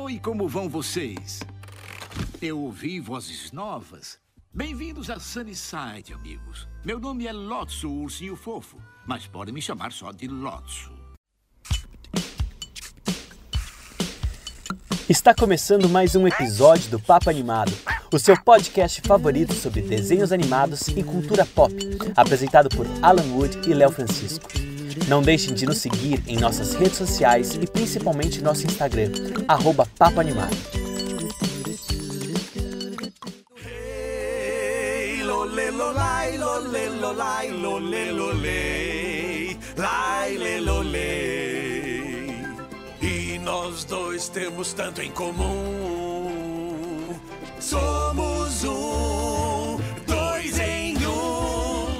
Oi, como vão vocês? Eu ouvi vozes novas. Bem-vindos a Sunnyside, amigos. Meu nome é Lotso, o ursinho fofo, mas podem me chamar só de Lotso. Está começando mais um episódio do Papo Animado, o seu podcast favorito sobre desenhos animados e cultura pop, apresentado por Alan Wood e Léo Francisco. Não deixem de nos seguir em nossas redes sociais e principalmente nosso Instagram, @papoanimado. E nós dois temos tanto em comum. Somos dois em um.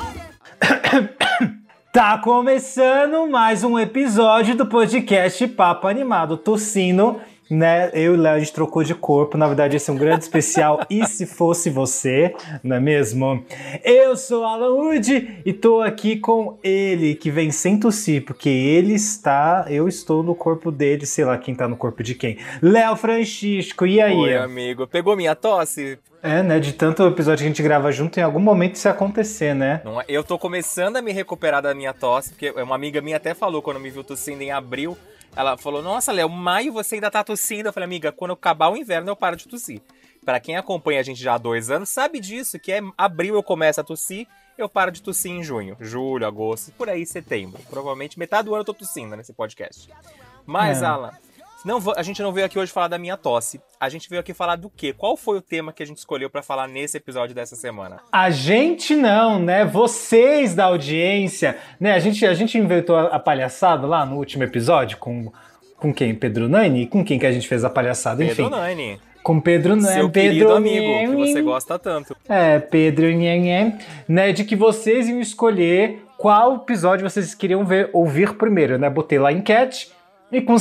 Tá começando mais um episódio do podcast Papo Animado. Tossindo, né? Eu e o Léo, a gente trocou de corpo. Na verdade, esse é um grande especial. E se fosse você, não é mesmo? Eu sou Alan Wood e tô aqui com ele, que vem sem tossir, porque ele está... Eu estou no corpo dele, sei lá quem tá no corpo de quem. Léo Francisco, e aí? Oi, amigo. Pegou minha tosse? É, né? De tanto episódio que a gente grava junto, em algum momento isso ia acontecer, né? Não, eu tô começando a me recuperar da minha tosse, porque uma amiga minha até falou, quando me viu tossindo em abril, ela falou, nossa, Léo, maio você ainda tá tossindo. Eu falei, amiga, quando acabar o inverno eu paro de tossir. Pra quem acompanha a gente já há 2 anos, sabe disso, que é abril eu começo a tossir, eu paro de tossir em junho, julho, agosto, por aí setembro. Provavelmente metade do ano eu tô tossindo nesse podcast. Mas, Alan... Não, a gente não veio aqui hoje falar da minha tosse. A gente veio aqui falar do quê? Qual foi o tema que a gente escolheu pra falar nesse episódio dessa semana? A gente não, né? Vocês da audiência, né? A gente inventou a palhaçada lá no último episódio com quem? Pedro Nani? Com quem que a gente fez a palhaçada? Enfim. Pedro Nani. Com Pedro Nani. Seu querido amigo, que você gosta tanto. É, Pedro Nani, né? De que vocês iam escolher qual episódio vocês queriam ouvir primeiro, né? Botei lá a enquete. E com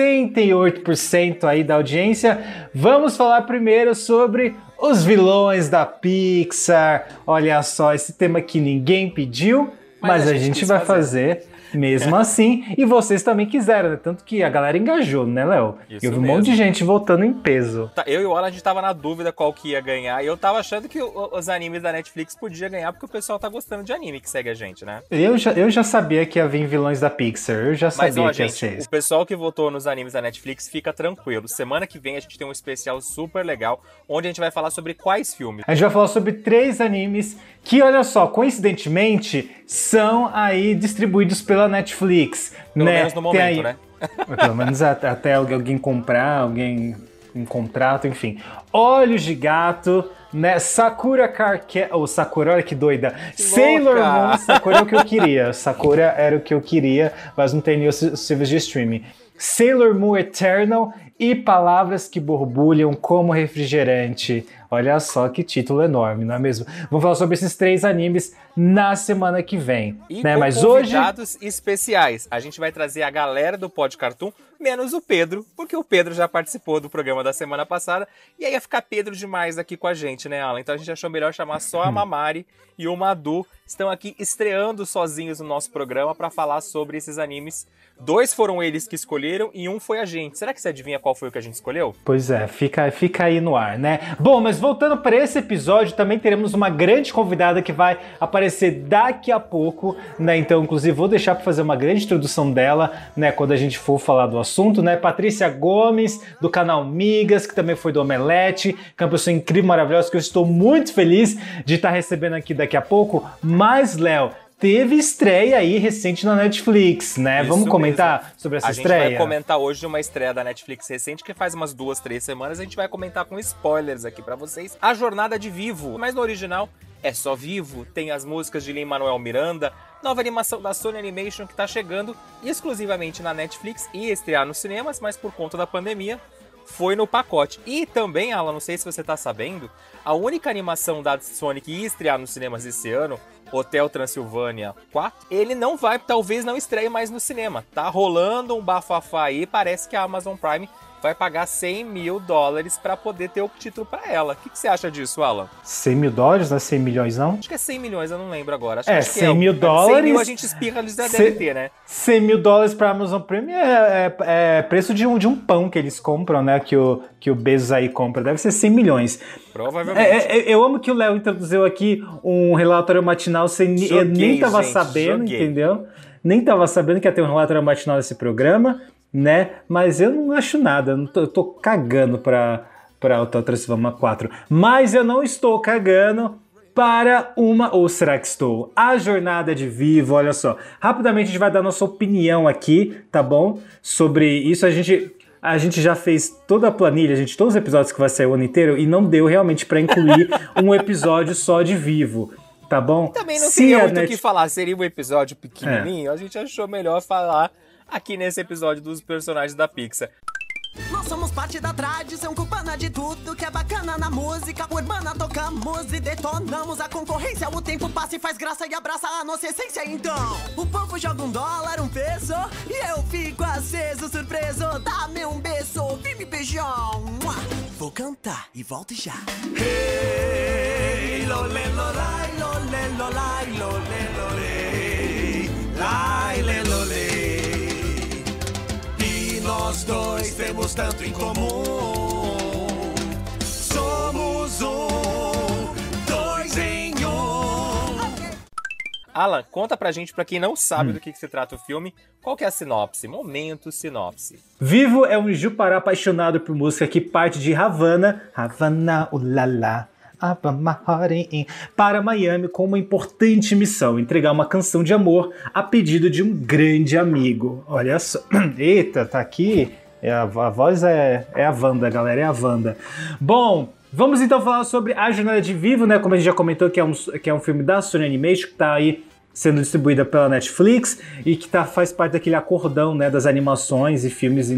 68% aí da audiência, vamos falar primeiro sobre os vilões da Pixar. Olha só, esse tema que ninguém pediu, mas a gente vai fazer mesmo assim. E vocês também quiseram, né? Tanto que a galera engajou, né, Léo? Eu vi um monte de gente votando em peso. Eu e o Alan, a gente tava na dúvida qual que ia ganhar. E eu tava achando que os animes da Netflix podiam ganhar, porque o pessoal tá gostando de anime que segue a gente, né? Eu já sabia que ia vir vilões da Pixar. Eu já sabia que ia ser. O pessoal que votou nos animes da Netflix fica tranquilo. Semana que vem a gente tem um especial super legal, onde a gente vai falar sobre quais filmes. A gente vai falar sobre 3 animes que, olha só, coincidentemente, são aí distribuídos pela Netflix. Pelo menos no momento, né? Pelo menos até alguém comprar, um contrato, enfim. Olhos de Gato, né? Sakura Sakura, olha que doida. Que Sailor louca. Moon, Sakura é o que eu queria. Sakura era o que eu queria, mas não tem nenhum serviço de streaming. Sailor Moon Eternal e Palavras que Borbulham como Refrigerante. Olha só que título enorme, não é mesmo? Vamos falar sobre esses 3 animes na semana que vem. E né? com Mas convidados especiais. A gente vai trazer a galera do Pod Cartoon, menos o Pedro, porque o Pedro já participou do programa da semana passada, e aí ia ficar Pedro demais aqui com a gente, né, Alan? Então a gente achou melhor chamar só a Mamari e o Madu. Estão aqui estreando sozinhos no nosso programa para falar sobre esses animes. 2 foram eles que escolheram e 1 foi a gente. Será que você adivinha qual foi o que a gente escolheu? Pois é, fica aí no ar, né? Bom, mas voltando para esse episódio, também teremos uma grande convidada que vai aparecer daqui a pouco, né? Então, inclusive, vou deixar para fazer uma grande introdução dela, né? Quando a gente for falar do assunto, né? Patrícia Gomes, do canal Migas, que também foi do Omelete, que é uma pessoa incrível, maravilhosa, que eu estou muito feliz de estar recebendo aqui daqui a pouco. Mas, Léo, teve estreia aí recente na Netflix, né? Isso Vamos comentar mesmo. sobre essa estreia? A gente vai comentar hoje de uma estreia da Netflix recente que faz umas 2, 3 semanas. A gente vai comentar com spoilers aqui pra vocês. A Jornada de Vivo, mas no original é só Vivo. Tem as músicas de Lin-Manuel Miranda, nova animação da Sony Animation que tá chegando exclusivamente na Netflix e estrear nos cinemas, mas por conta da pandemia foi no pacote. E também, Alan, não sei se você tá sabendo, a única animação da Sony que ia estrear nos cinemas esse ano, Hotel Transilvânia 4, ele talvez não estreie mais no cinema. Tá rolando um bafafá aí, parece que a Amazon Prime vai pagar $100 mil pra poder ter o título pra ela. O que você acha disso, Alan? $100 mil? Não é 100 milhões, não? Acho que é 100 milhões, eu não lembro agora. Acho que $100 mil. 100 mil a gente espirra, eles devem ter, né? $100 mil pra Amazon Prime é preço de um pão que eles compram, né? Que o Bezos aí compra. Deve ser 100 milhões. Provavelmente. Eu amo que o Léo introduziu aqui um relatório matinal eu nem tava sabendo, entendeu? Nem tava sabendo que ia ter um relatório matinal desse programa, né? Mas eu não acho nada. Eu tô cagando pra Hotel Transilvânia 4. Mas eu não estou cagando para ou será que estou? A Jornada de Vivo, olha só. Rapidamente a gente vai dar nossa opinião aqui, tá bom? Sobre isso, a gente já fez toda a planilha, todos os episódios que vai sair o ano inteiro, e não deu realmente para incluir um episódio só de Vivo, tá bom? Também não teria muito o que falar, seria um episódio pequenininho, a gente achou melhor falar aqui nesse episódio dos personagens da Pixar. Nós somos parte da tradição cubana de tudo que é bacana na música urbana. Tocamos e detonamos a concorrência. O tempo passa e faz graça e abraça a nossa essência. Então, o povo joga $1, um peso, e eu fico aceso, surpreso. Dá-me um beijo, vem me beijar. Vou cantar e volto já. Hey, lole, lolai, lole, lolai, lole, lole, lai, le, lole. Nós dois temos tanto em comum. Somos dois em um. Alan, conta pra gente, pra quem não sabe do que se trata o filme, qual que é a sinopse? Momento sinopse. Vivo é um Jupará apaixonado por música que parte de Havana, ulala, para Miami com uma importante missão, entregar uma canção de amor a pedido de um grande amigo. Olha só. Eita, tá aqui. A voz é a Wanda, galera, é a Wanda. Bom, vamos então falar sobre A Jornada de Vivo, né? Como a gente já comentou, que é um filme da Sony Animation, que tá aí sendo distribuída pela Netflix e que faz parte daquele acordão, né, das animações e filmes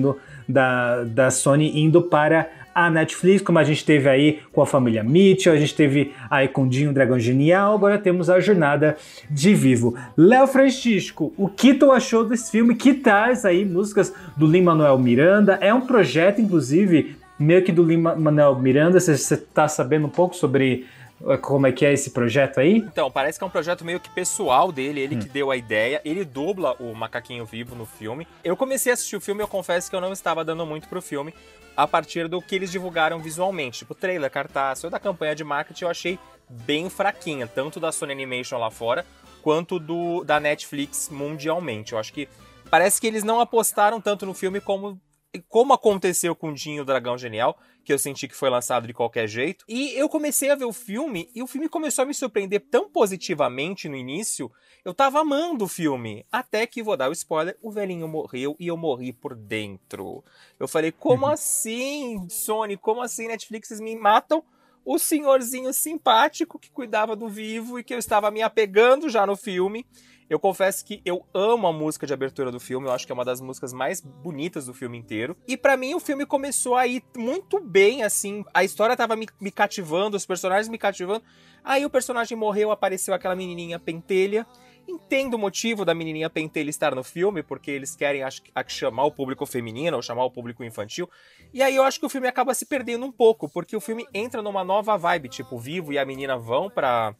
da Sony indo para a Netflix, como a gente teve aí com a família Mitchell, a gente teve aí com Dinho, Dragão Genial, agora temos A Jornada de Vivo. Léo Francisco, o que tu achou desse filme que traz aí músicas do Lin-Manuel Miranda? É um projeto, inclusive, meio que do Lin-Manuel Miranda, você tá sabendo um pouco sobre como é que é esse projeto aí? Então, parece que é um projeto meio que pessoal dele, ele que deu a ideia, ele dubla o Macaquinho Vivo no filme. Eu comecei a assistir o filme e eu confesso que eu não estava dando muito pro filme a partir do que eles divulgaram visualmente, tipo trailer, cartaz, toda a campanha de marketing eu achei bem fraquinha, tanto da Sony Animation lá fora, quanto da Netflix mundialmente. Eu acho que parece que eles não apostaram tanto no filme como aconteceu com o Dinho, Dragão Genial, que eu senti que foi lançado de qualquer jeito. E eu comecei a ver o filme, e o filme começou a me surpreender tão positivamente no início, eu tava amando o filme. Até que, vou dar o spoiler, o velhinho morreu e eu morri por dentro. Eu falei, como assim, Sony? Como assim, Netflix? Vocês me matam o senhorzinho simpático que cuidava do Vivo e que eu estava me apegando já no filme. Eu confesso que eu amo a música de abertura do filme, eu acho que é uma das músicas mais bonitas do filme inteiro. E pra mim o filme começou a ir muito bem, assim, a história tava me cativando, os personagens me cativando. Aí o personagem morreu, apareceu aquela menininha pentelha. Entendo o motivo da menininha pentelha estar no filme, porque eles querem chamar o público feminino ou chamar o público infantil. E aí eu acho que o filme acaba se perdendo um pouco, porque o filme entra numa nova vibe, tipo, o Vivo e a menina vão pra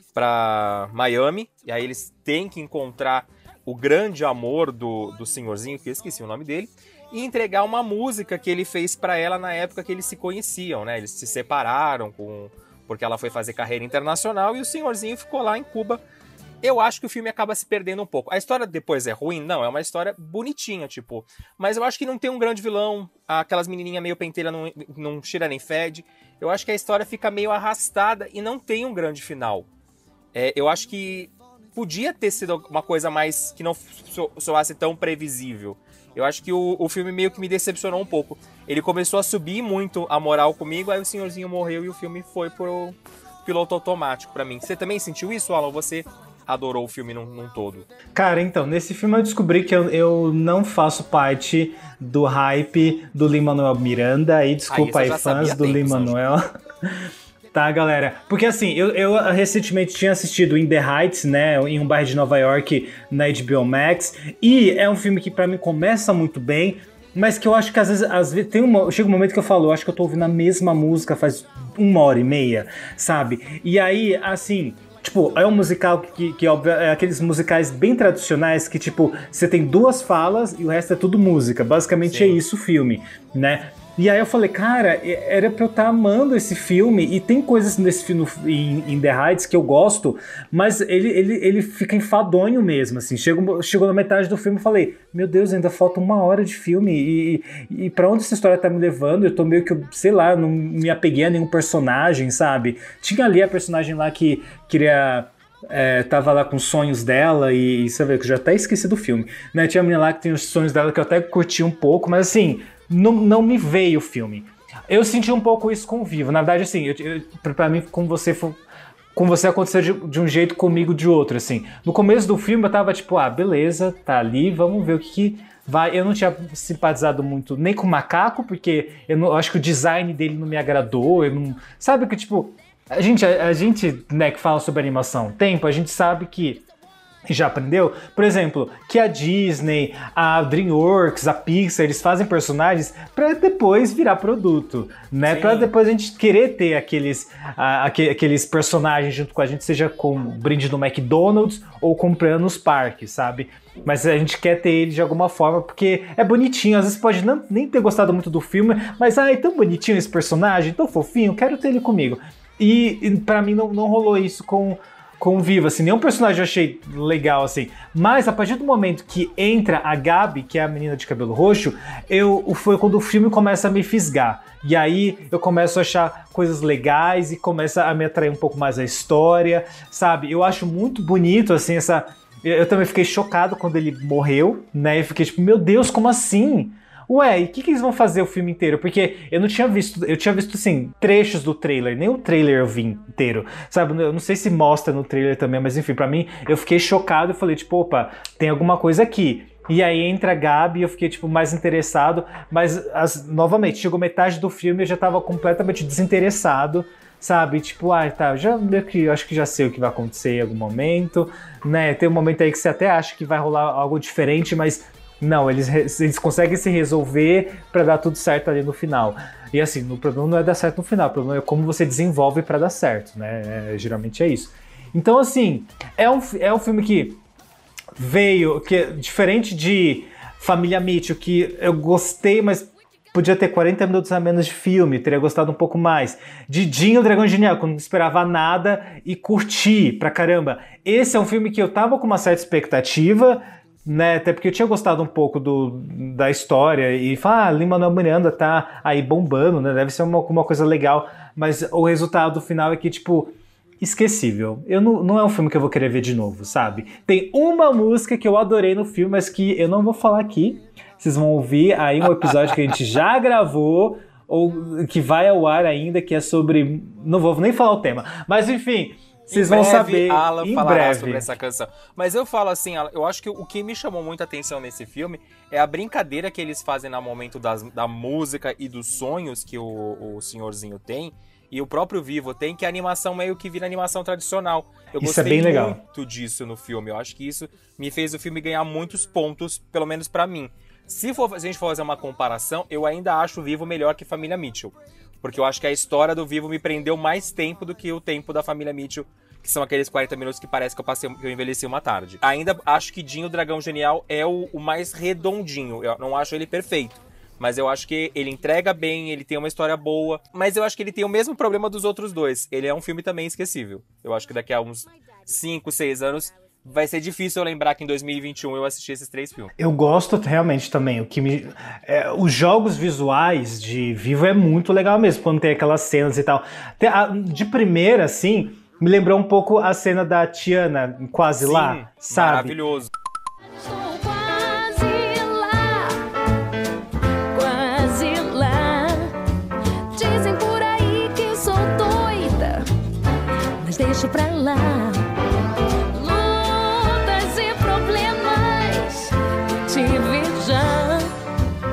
Miami, e aí eles têm que encontrar o grande amor do senhorzinho, que eu esqueci o nome dele, e entregar uma música que ele fez pra ela na época que eles se conheciam, né? Eles se separaram porque ela foi fazer carreira internacional e o senhorzinho ficou lá em Cuba. Eu acho que o filme acaba se perdendo um pouco. A história depois é ruim? Não, é uma história bonitinha, tipo. Mas eu acho que não tem um grande vilão, aquelas menininhas meio pentelha não cheira nem fede. Eu acho que a história fica meio arrastada e não tem um grande final. Eu acho que podia ter sido uma coisa mais que não soasse tão previsível. Eu acho que o filme meio que me decepcionou um pouco. Ele começou a subir muito a moral comigo, aí o senhorzinho morreu e o filme foi pro piloto automático pra mim. Você também sentiu isso, Alan? Você adorou o filme num todo? Cara, então, nesse filme eu descobri que eu não faço parte do hype do Lin-Manuel Miranda. E desculpa aí, fãs do Lin-Manuel. Tá, galera? Porque assim, eu recentemente tinha assistido In the Heights, né? Em um bairro de Nova York, na HBO Max. E é um filme que pra mim começa muito bem, mas que eu acho que às vezes chega um momento que eu falo, eu acho que eu tô ouvindo a mesma música faz 1h30, sabe? E aí, assim... Tipo, é um musical que óbvio, é aqueles musicais bem tradicionais que, tipo, você tem 2 falas e o resto é tudo música. Basicamente é isso o filme, né? E aí eu falei, cara, era pra eu estar amando esse filme, e tem coisas nesse filme em The Heights que eu gosto, mas ele fica enfadonho mesmo, assim. Chegou na metade do filme e falei, meu Deus, ainda falta 1 hora de filme, e pra onde essa história tá me levando? Eu tô meio que, sei lá, não me apeguei a nenhum personagem, sabe? Tinha ali a personagem lá que queria... tava lá com os sonhos dela, e você vê que eu já até esqueci do filme, né? Tinha a menina lá que tem os sonhos dela que eu até curti um pouco, mas assim... Não me veio o filme. Eu senti um pouco isso com o Vivo. Na verdade, assim, pra mim, com você aconteceu de um jeito, comigo de outro, assim. No começo do filme eu tava tipo, beleza, tá ali, vamos ver o que vai. Eu não tinha simpatizado muito nem com o macaco, porque eu acho que o design dele não me agradou. Sabe que, tipo, a gente, né, que fala sobre animação tempo, a gente sabe que já aprendeu? Por exemplo, que a Disney, a DreamWorks, a Pixar, eles fazem personagens pra depois virar produto, né? Sim. Pra depois a gente querer ter aqueles personagens junto com a gente, seja com brinde do McDonald's ou comprando nos parques, sabe? Mas a gente quer ter ele de alguma forma, porque é bonitinho. Às vezes pode nem ter gostado muito do filme, mas é tão bonitinho esse personagem, tão fofinho, quero ter ele comigo. E pra mim não rolou isso com o Vivo, assim, nenhum personagem eu achei legal, assim, mas a partir do momento que entra a Gabi, que é a menina de cabelo roxo, foi quando o filme começa a me fisgar, e aí eu começo a achar coisas legais e começa a me atrair um pouco mais a história, sabe, eu acho muito bonito, assim, eu também fiquei chocado quando ele morreu, né, e fiquei tipo, meu Deus, como assim? Ué, e o que eles vão fazer o filme inteiro? Porque eu tinha visto assim, trechos do trailer, nem o trailer eu vi inteiro, sabe? Eu não sei se mostra no trailer também, mas enfim, pra mim, eu fiquei chocado e falei, tipo, opa, tem alguma coisa aqui. E aí entra a Gabi e eu fiquei, tipo, mais interessado, mas, novamente, chegou metade do filme e eu já tava completamente desinteressado, sabe? Tipo, tá, eu acho que já sei o que vai acontecer em algum momento, né? Tem um momento aí que você até acha que vai rolar algo diferente, mas... Não, eles conseguem se resolver pra dar tudo certo ali no final. E assim, o problema não é dar certo no final, o problema é como você desenvolve pra dar certo, né? Geralmente é isso. Então, assim, é um filme que veio, que diferente de Família Mitchell, que eu gostei, mas podia ter 40 minutos a menos de filme, teria gostado um pouco mais. De Dinho, o Dragão Genial, que eu não esperava nada e curti pra caramba. Esse é um filme que eu tava com uma certa expectativa, né, até porque eu tinha gostado um pouco da história e falar, Lin-Manuel Miranda tá aí bombando, né, deve ser uma coisa legal, mas o resultado final é que, tipo, esquecível. Não é um filme que eu vou querer ver de novo, sabe? Tem uma música que eu adorei no filme, mas que eu não vou falar aqui, vocês vão ouvir aí um episódio que a gente já gravou, ou que vai ao ar ainda, que é sobre... Não vou nem falar o tema, mas enfim... Vocês vão saber Alan em falará breve sobre essa canção. Mas eu falo assim, Alan, eu acho que o que me chamou muita atenção nesse filme é a brincadeira que eles fazem no momento da música e dos sonhos que o senhorzinho tem, e o próprio Vivo tem, que a animação meio que vira animação tradicional. Eu isso gostei é bem legal. Muito disso no filme. Eu acho que isso me fez o filme ganhar muitos pontos, pelo menos pra mim. Se a gente for fazer uma comparação, eu ainda acho o Vivo melhor que Família Mitchell. Porque eu acho que a história do Vivo me prendeu mais tempo do que o tempo da Família Mitchell, que são aqueles 40 minutos que parece que eu envelheci uma tarde. Ainda acho que Dinho, o Dragão Genial, é o mais redondinho. Eu não acho ele perfeito, mas eu acho que ele entrega bem, ele tem uma história boa, mas eu acho que ele tem o mesmo problema dos outros dois. Ele é um filme também esquecível. Eu acho que daqui a uns 5, 6 anos... vai ser difícil eu lembrar que em 2021 eu assisti esses 3 filmes. Eu gosto realmente também. Os jogos visuais de Vivo é muito legal mesmo, quando tem aquelas cenas e tal. De primeira, assim, me lembrou um pouco a cena da Tiana, quase. Sim, lá, sabe? Maravilhoso. Estou quase lá. Dizem por aí que sou doida, mas deixa pra lá.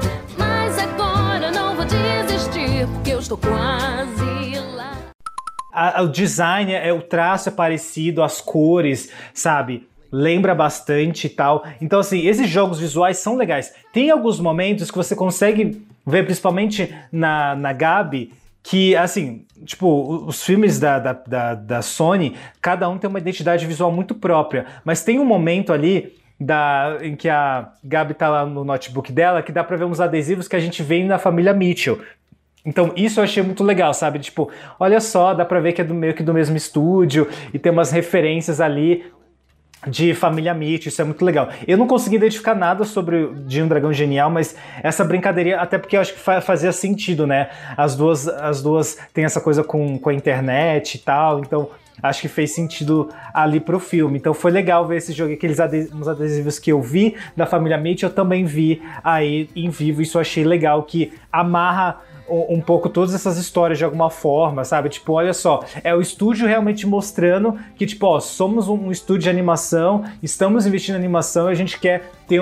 Mas agora não vou desistir, porque eu estou quase lá. O design, o traço é parecido, as cores, sabe? Lembra bastante e tal. Então, assim, esses jogos visuais são legais. Tem alguns momentos que você consegue ver, principalmente na Gabi, que, assim, tipo, os filmes da Sony, cada um tem uma identidade visual muito própria. Mas tem um momento ali em que a Gabi tá lá no notebook dela, que dá pra ver uns adesivos que a gente vê na família Mitchell. Então, isso eu achei muito legal, sabe? Tipo, olha só, dá pra ver que é meio que do mesmo estúdio e tem umas referências ali de família Mitchell, isso é muito legal. Eu não consegui identificar nada sobre de um Dragão Genial, mas essa brincadeirinha, até porque eu acho que fazia sentido, né? As duas têm essa coisa com a internet e tal, então acho que fez sentido ali pro filme. Então foi legal ver esse jogo, uns adesivos que eu vi da família Mitchell, eu também vi aí em vivo, isso eu achei legal, que amarra um pouco todas essas histórias de alguma forma, sabe? Tipo, olha só, é o estúdio realmente mostrando que, tipo, ó, somos um estúdio de animação, estamos investindo em animação e a gente quer ter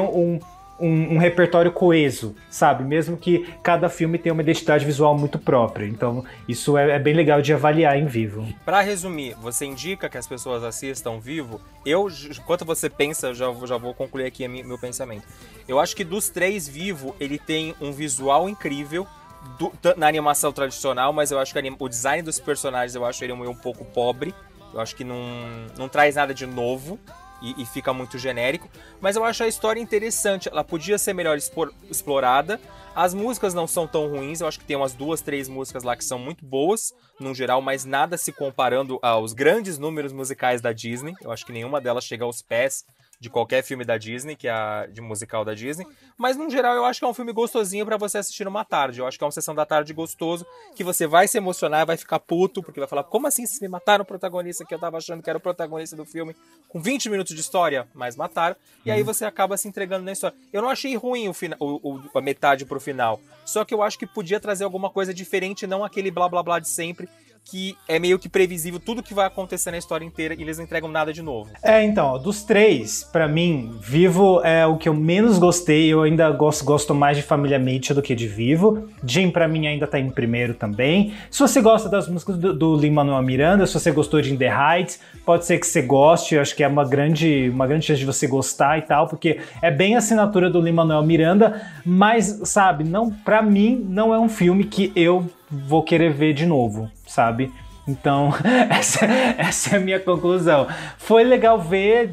um repertório coeso, sabe? Mesmo que cada filme tenha uma identidade visual muito própria. Então, isso é bem legal de avaliar em vivo. Pra resumir, você indica que as pessoas assistam vivo? Enquanto você pensa, eu já vou concluir aqui meu pensamento. Eu acho que dos 3, vivo, ele tem um visual incrível, na animação tradicional, mas eu acho que o design dos personagens, eu acho ele um pouco pobre. Eu acho que não traz nada de novo e fica muito genérico. Mas eu acho a história interessante, ela podia ser melhor explorada. As músicas não são tão ruins, eu acho que tem umas 2, 3 músicas lá que são muito boas, no geral, mas nada se comparando aos grandes números musicais da Disney. Eu acho que nenhuma delas chega aos pés de qualquer filme da Disney, que é de musical da Disney. Mas, no geral, eu acho que é um filme gostosinho pra você assistir numa tarde. Eu acho que é uma sessão da tarde gostoso, que você vai se emocionar, vai ficar puto, porque vai falar, como assim vocês me mataram o protagonista que eu tava achando que era o protagonista do filme, com 20 minutos de história, mas mataram. E aí você acaba se entregando na história. Eu não achei ruim a metade pro final, só que eu acho que podia trazer alguma coisa diferente, não aquele blá blá blá de sempre, que é meio que previsível tudo que vai acontecer na história inteira e eles não entregam nada de novo. Então, dos 3, pra mim, Vivo é o que eu menos gostei. Eu ainda gosto mais de Família Mitchell do que de Vivo. Jim, pra mim, ainda tá em primeiro também. Se você gosta das músicas do Lin-Manuel Miranda, se você gostou de In The Heights, pode ser que você goste. Eu acho que é uma grande chance de você gostar e tal, porque é bem a assinatura do Lin-Manuel Miranda, mas, sabe, pra mim, não é um filme que eu vou querer ver de novo, sabe? Então, essa é a minha conclusão. Foi legal ver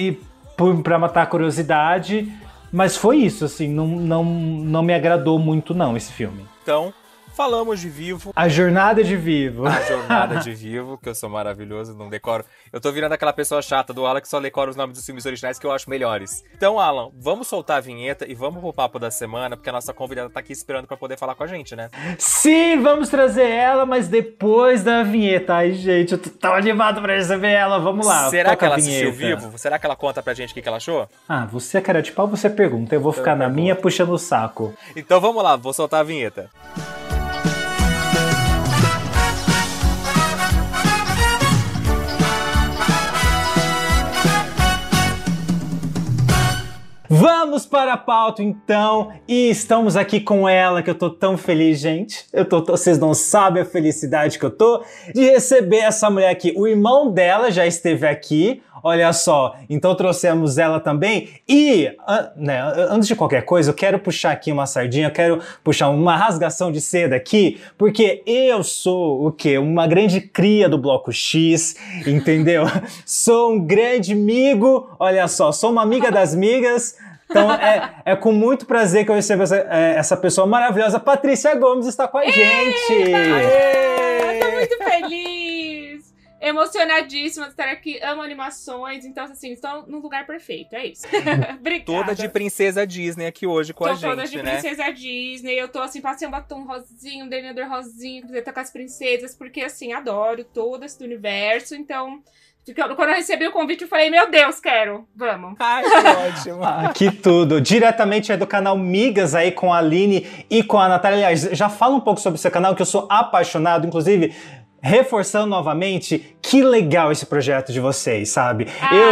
pra matar a curiosidade, mas foi isso, assim, não me agradou muito não, esse filme. Então, falamos de Vivo. A Jornada de Vivo. A Jornada de Vivo, que eu sou maravilhoso, não decoro. Eu tô virando aquela pessoa chata do Alan que só decora os nomes dos filmes originais que eu acho melhores. Então, Alan, vamos soltar a vinheta e vamos pro papo da semana, porque a nossa convidada tá aqui esperando pra poder falar com a gente, né? Sim, vamos trazer ela, mas depois da vinheta. Ai, gente, eu tô tão animado pra receber ela. Vamos lá. Será que ela assistiu Vivo? Será que ela conta pra gente o que ela achou? Ah, você é cara de pau, você pergunta. Eu vou ficar na minha puxando o saco. Então vamos lá, vou soltar a vinheta. Vamos para a pauta, então, e estamos aqui com ela, que eu tô tão feliz, gente. Vocês não sabem a felicidade que eu tô de receber essa mulher aqui. O irmão dela já esteve aqui, olha só, então trouxemos ela também. E, antes de qualquer coisa, eu quero puxar aqui uma sardinha, eu quero puxar uma rasgação de seda aqui, porque eu sou o quê? Uma grande cria do Bloco X, entendeu? Sou um grande amigo, olha só, sou uma amiga das migas. Então é com muito prazer que eu recebo essa pessoa maravilhosa. Patrícia Gomes está com a gente! Tô muito feliz! Emocionadíssima de estar aqui, amo animações, então assim, estou no lugar perfeito, é isso. Obrigada. Toda de princesa Disney aqui hoje com a gente, né? Toda de princesa Disney, eu tô assim, passei um batom rosinho, um delineador rosinho, tô com as princesas, porque assim, adoro todo esse universo, então... Quando eu recebi o convite, eu falei, meu Deus, quero, vamos. Ai, que ótimo. Que tudo. Diretamente é do canal Migas aí com a Aline e com a Natália. Aliás, já fala um pouco sobre o seu canal, que eu sou apaixonado, inclusive... Reforçando novamente, que legal esse projeto de vocês, sabe?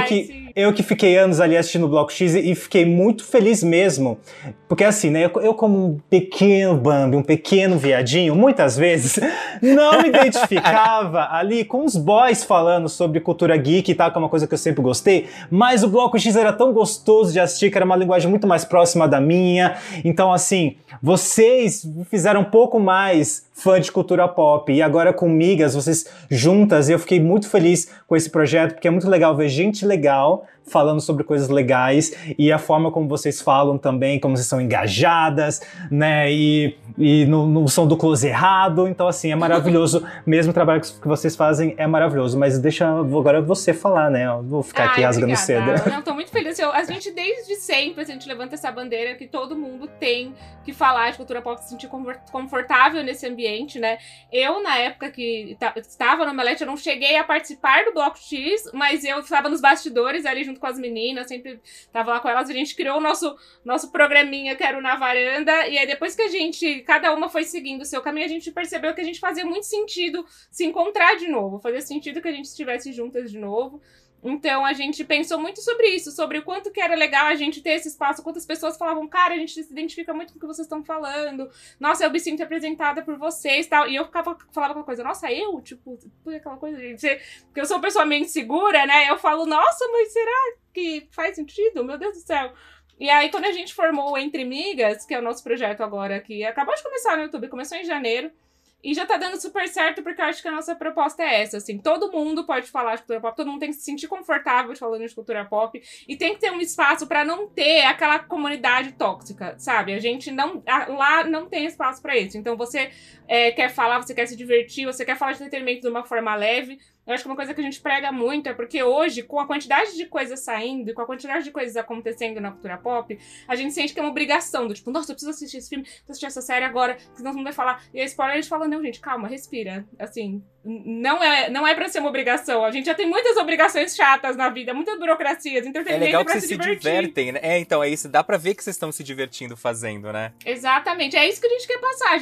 Eu que fiquei anos ali assistindo o Bloco X e fiquei muito feliz mesmo. Porque assim, né, eu como um pequeno Bambi, um pequeno viadinho, muitas vezes não me identificava ali com os boys falando sobre cultura geek e tal, que é uma coisa que eu sempre gostei, mas o Bloco X era tão gostoso de assistir, que era uma linguagem muito mais próxima da minha. Então assim, vocês fizeram um pouco mais fã de cultura pop, e agora com Migas, vocês juntas, e eu fiquei muito feliz com esse projeto, porque é muito legal ver gente legal falando sobre coisas legais, e a forma como vocês falam também, como vocês são engajadas, né, e não são do close errado. Então assim, é maravilhoso, mesmo o trabalho que vocês fazem é maravilhoso, mas deixa agora você falar, né, eu vou ficar aqui rasgando seda. Não, tô muito feliz, a gente desde sempre, a gente levanta essa bandeira que todo mundo tem que falar de cultura pop, se sentir confortável nesse ambiente, né. Eu, na época que estava no Omelete, eu não cheguei a participar do Bloco X, mas eu estava nos bastidores ali junto com as meninas, sempre tava lá com elas, a gente criou o nosso programinha que era o Na Varanda, e aí depois que cada uma foi seguindo o seu caminho, a gente percebeu que a gente fazia muito sentido se encontrar de novo, fazia sentido que a gente estivesse juntas de novo. Então a gente pensou muito sobre isso, sobre o quanto que era legal a gente ter esse espaço, quantas pessoas falavam, cara, a gente se identifica muito com o que vocês estão falando, nossa, eu me sinto representada por vocês e tal, e eu falava aquela coisa, nossa, tipo, aquela coisa, gente, porque eu sou uma pessoa meio insegura, né, eu falo, nossa, mas será que faz sentido? Meu Deus do céu. E aí, quando a gente formou o Entre Migas, que é o nosso projeto agora, que acabou de começar no YouTube, começou em janeiro, e já tá dando super certo, porque eu acho que a nossa proposta é essa, assim, todo mundo pode falar de cultura pop, todo mundo tem que se sentir confortável falando de cultura pop, e tem que ter um espaço pra não ter aquela comunidade tóxica, sabe? A gente lá não tem espaço pra isso, então você quer falar, você quer se divertir, você quer falar de entretenimento de uma forma leve. Eu acho que uma coisa que a gente prega muito é porque hoje, com a quantidade de coisas saindo e com a quantidade de coisas acontecendo na cultura pop, a gente sente que é uma obrigação, do tipo, nossa, eu preciso assistir esse filme, preciso assistir essa série agora, senão não vai falar. E a spoiler, a gente fala, não, gente, calma, respira. Assim, não é pra ser uma obrigação. A gente já tem muitas obrigações chatas na vida, muitas burocracias, entretenimento. É legal que pra vocês se se divertir. divertem, né? Então, é isso, dá pra ver que vocês estão se divertindo fazendo, né? Exatamente, é isso que a gente quer passar.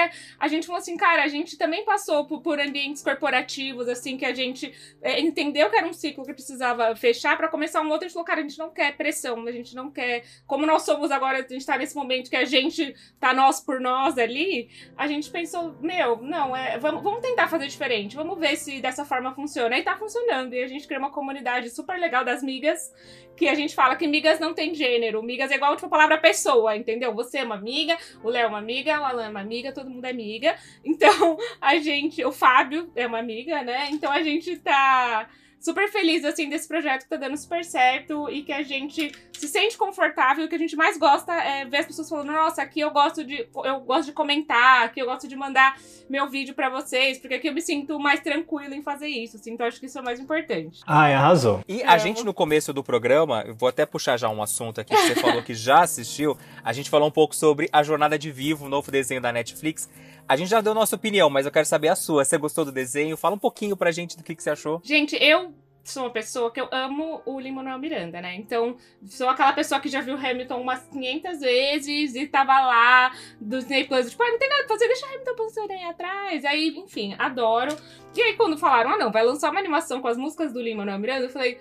A gente falou assim, cara, a gente também passou por ambientes corporativos, assim, que a gente entendeu que era um ciclo que precisava fechar pra começar um outro. A gente falou, cara, a gente não quer pressão, a gente não quer, como nós somos agora, a gente tá nesse momento que a gente tá nós por nós ali, a gente pensou, vamos tentar fazer diferente, vamos ver se dessa forma funciona. E tá funcionando, e a gente criou uma comunidade super legal das migas, que a gente fala que migas não tem gênero, migas é igual, tipo, a palavra pessoa, entendeu? Você é uma amiga, o Léo é uma amiga, o Alan é uma amiga, todo mundo é amiga. Então, o Fábio é uma amiga, né? Então a gente tá super feliz, assim, desse projeto que tá dando super certo e que a gente se sente confortável. O que a gente mais gosta é ver as pessoas falando, nossa, aqui eu gosto de comentar, aqui eu gosto de mandar meu vídeo pra vocês, porque aqui eu me sinto mais tranquila em fazer isso, assim, então acho que isso é o mais importante. Ai, arrasou. E a gente, no começo do programa, eu vou até puxar já um assunto aqui que você falou que já assistiu, a gente falou um pouco sobre A Jornada de Vivo, o novo desenho da Netflix. A gente já deu nossa opinião, mas eu quero saber a sua. Você gostou do desenho? Fala um pouquinho pra gente do que você achou. Gente, eu sou uma pessoa que eu amo o Lin-Manuel Miranda, né? Então, sou aquela pessoa que já viu Hamilton umas 500 vezes e tava lá do Disney Plus, tipo, não tem nada pra fazer, deixa Hamilton passando aí atrás. Aí, enfim, adoro. E aí, quando falaram, não, vai lançar uma animação com as músicas do Lin-Manuel Miranda, eu falei,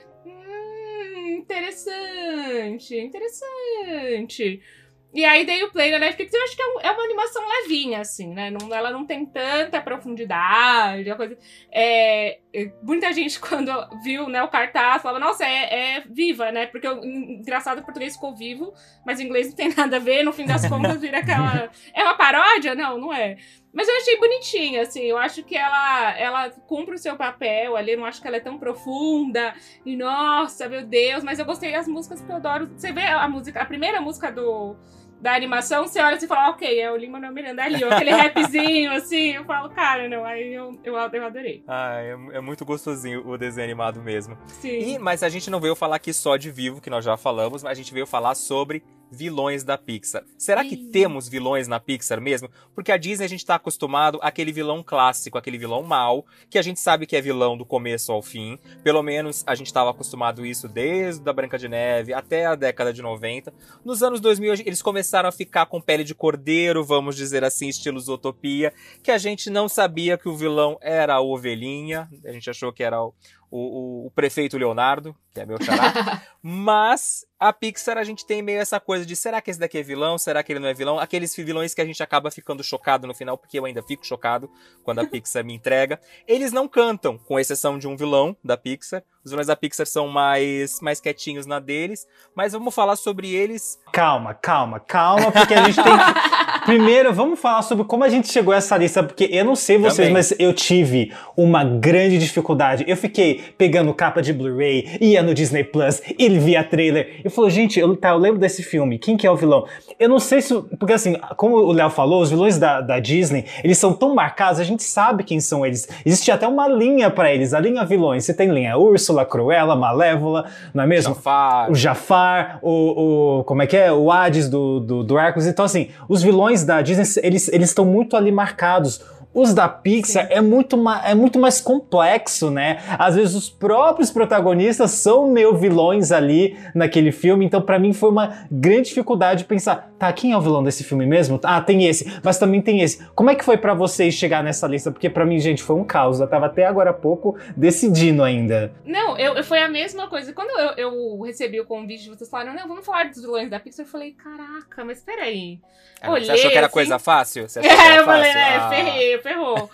interessante. E aí dei o play na Netflix, eu acho que é uma animação levinha, assim, né? Ela não tem tanta profundidade, a coisa... muita gente, quando viu, né, o cartaz, falava, nossa, é viva, né? Porque engraçado, o português ficou vivo, mas o inglês não tem nada a ver, no fim das contas vira aquela... É uma paródia? Não é. Mas eu achei bonitinha, assim, eu acho que ela cumpre o seu papel ali, eu não acho que ela é tão profunda, e nossa, meu Deus, mas eu gostei das músicas que eu adoro. Você vê a primeira música da animação, você olha e fala, ok, é o Lin-Manuel Miranda ali, ou aquele rapzinho, assim, eu falo, cara, não, aí eu adorei. É muito gostosinho o desenho animado mesmo. Sim. Mas a gente não veio falar aqui só de Vivo, que nós já falamos, mas a gente veio falar sobre vilões da Pixar. Será que temos vilões na Pixar mesmo? Porque a Disney a gente tá acostumado àquele vilão clássico, aquele vilão mau, que a gente sabe que é vilão do começo ao fim. Pelo menos a gente estava acostumado a isso desde a Branca de Neve até a década de 90. Nos anos 2000 eles começaram a ficar com pele de cordeiro, vamos dizer assim, estilo Zootopia, que a gente não sabia que o vilão era a ovelhinha, a gente achou que era o prefeito Leonardo, que é meu xará. Mas a Pixar, a gente tem meio essa coisa de, será que esse daqui é vilão? Será que ele não é vilão? Aqueles vilões que a gente acaba ficando chocado no final, porque eu ainda fico chocado quando a Pixar me entrega. Eles não cantam, com exceção de um vilão da Pixar. Os vilões da Pixar são mais quietinhos na deles. Mas vamos falar sobre eles. Calma, porque a gente tem... Primeiro, vamos falar sobre como a gente chegou a essa lista, porque eu não sei vocês, Também. mas eu tive uma grande dificuldade. Eu fiquei pegando capa de Blu-ray, ia no Disney Plus, ele via trailer. Eu falei, gente, eu lembro desse filme, quem que é o vilão? Eu não sei se... Porque assim, como o Léo falou, os vilões da Disney, eles são tão marcados, a gente sabe quem são eles. Existe até uma linha pra eles, a linha vilões. Você tem linha Úrsula, Cruella, Malévola, não é mesmo? Jafar. O Jafar, como é que é? O Hades do Hércules. Então assim, os vilões da Disney, eles estão muito ali marcados. Os da Pixar é muito mais complexo, né? Às vezes os próprios protagonistas são meio vilões ali naquele filme, então pra mim foi uma grande dificuldade pensar, tá, quem é o vilão desse filme mesmo? Ah, tem esse, mas também tem esse. Como é que foi pra vocês chegar nessa lista? Porque pra mim, gente, foi um caos. Eu tava até agora há pouco decidindo ainda. Não, foi a mesma coisa. Quando eu recebi o convite, vocês falaram, não, vamos falar dos vilões da Pixar, eu falei, caraca, mas peraí. Você achou que era coisa fácil? Você achou que É, era eu falei, fácil? ferrou.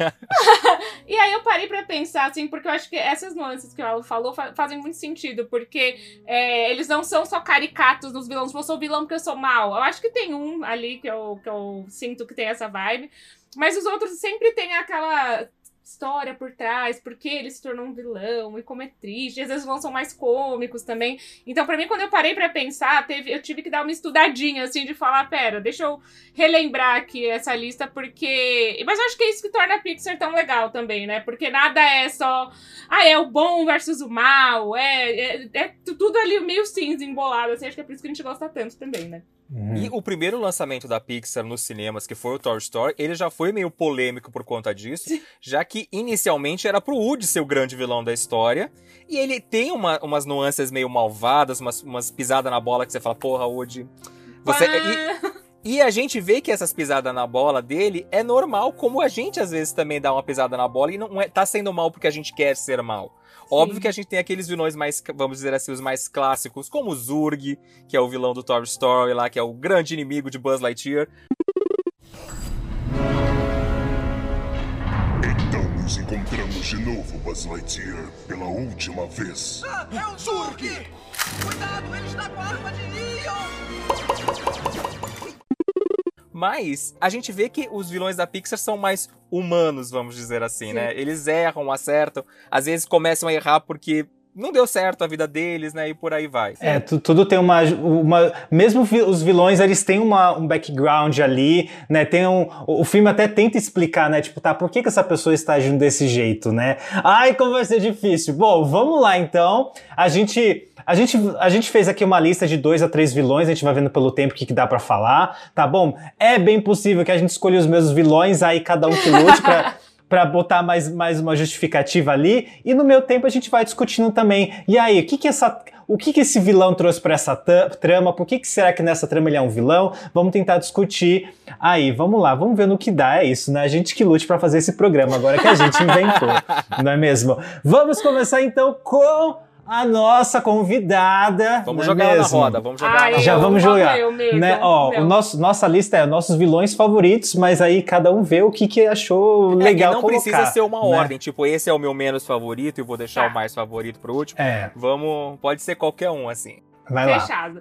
E aí eu parei pra pensar, assim, porque eu acho que essas nuances que o Alan falou fazem muito sentido, porque eles não são só caricatos dos vilões, eu sou vilão porque eu sou mal. Eu acho que tem um ali que eu sinto que tem essa vibe, mas os outros sempre tem aquela história por trás, porque ele se tornou um vilão e como é triste, e às vezes os vilões são mais cômicos também. Então, pra mim, quando eu parei pra pensar, eu tive que dar uma estudadinha, assim, de falar, pera, deixa eu relembrar aqui essa lista, porque... Mas eu acho que é isso que torna a Pixar tão legal também, né? Porque nada é só, é o bom versus o mal, é tudo ali meio cinza, embolado, assim, acho que é por isso que a gente gosta tanto também, né? E o primeiro lançamento da Pixar nos cinemas, que foi o Toy Story, ele já foi meio polêmico por conta disso, já que inicialmente era pro Woody ser o grande vilão da história, e ele tem umas nuances meio malvadas, umas pisadas na bola que você fala, porra, Woody... E a gente vê que essas pisadas na bola dele é normal, como a gente às vezes também dá uma pisada na bola e não tá sendo mal porque a gente quer ser mal. Sim. Óbvio que a gente tem aqueles vilões mais, vamos dizer assim, os mais clássicos, como o Zurg, que é o vilão do Toy Story lá, que é o grande inimigo de Buzz Lightyear. Então nos encontramos de novo, Buzz Lightyear, pela última vez. É o Zurg! Cuidado, ele está com a arma de Neon! Mas a gente vê que os vilões da Pixar são mais humanos, vamos dizer assim, né? Eles erram, acertam, às vezes começam a errar porque não deu certo a vida deles, né? E por aí vai. Tudo tem uma... Mesmo os vilões, eles têm um background ali, né? O filme até tenta explicar, né? Tipo, tá, por que essa pessoa está agindo desse jeito, né? Ai, como vai ser difícil. Bom, vamos lá, então. A gente fez aqui uma lista de 2 a 3 vilões, a gente vai vendo pelo tempo o que dá pra falar, tá bom? É bem possível que a gente escolha os mesmos vilões, aí cada um que lute pra botar mais uma justificativa ali, e no meu tempo a gente vai discutindo também. E aí, o que esse vilão trouxe pra essa trama? Por que será que nessa trama ele é um vilão? Vamos tentar discutir. Aí, vamos lá, vamos ver no que dá, é isso, né? A gente que lute pra fazer esse programa, agora que a gente inventou, não é mesmo? Vamos começar então com a nossa convidada. Vamos jogar ela na roda, vamos jogar ela na Já roda. vamos jogar. Né? Nossa lista é nossos vilões favoritos, mas aí cada um vê o que achou legal não colocar. Precisa ser uma né? ordem, tipo, esse é o meu menos favorito e vou deixar o mais favorito pro último. Pode ser qualquer um, assim. Vai lá. Fechado.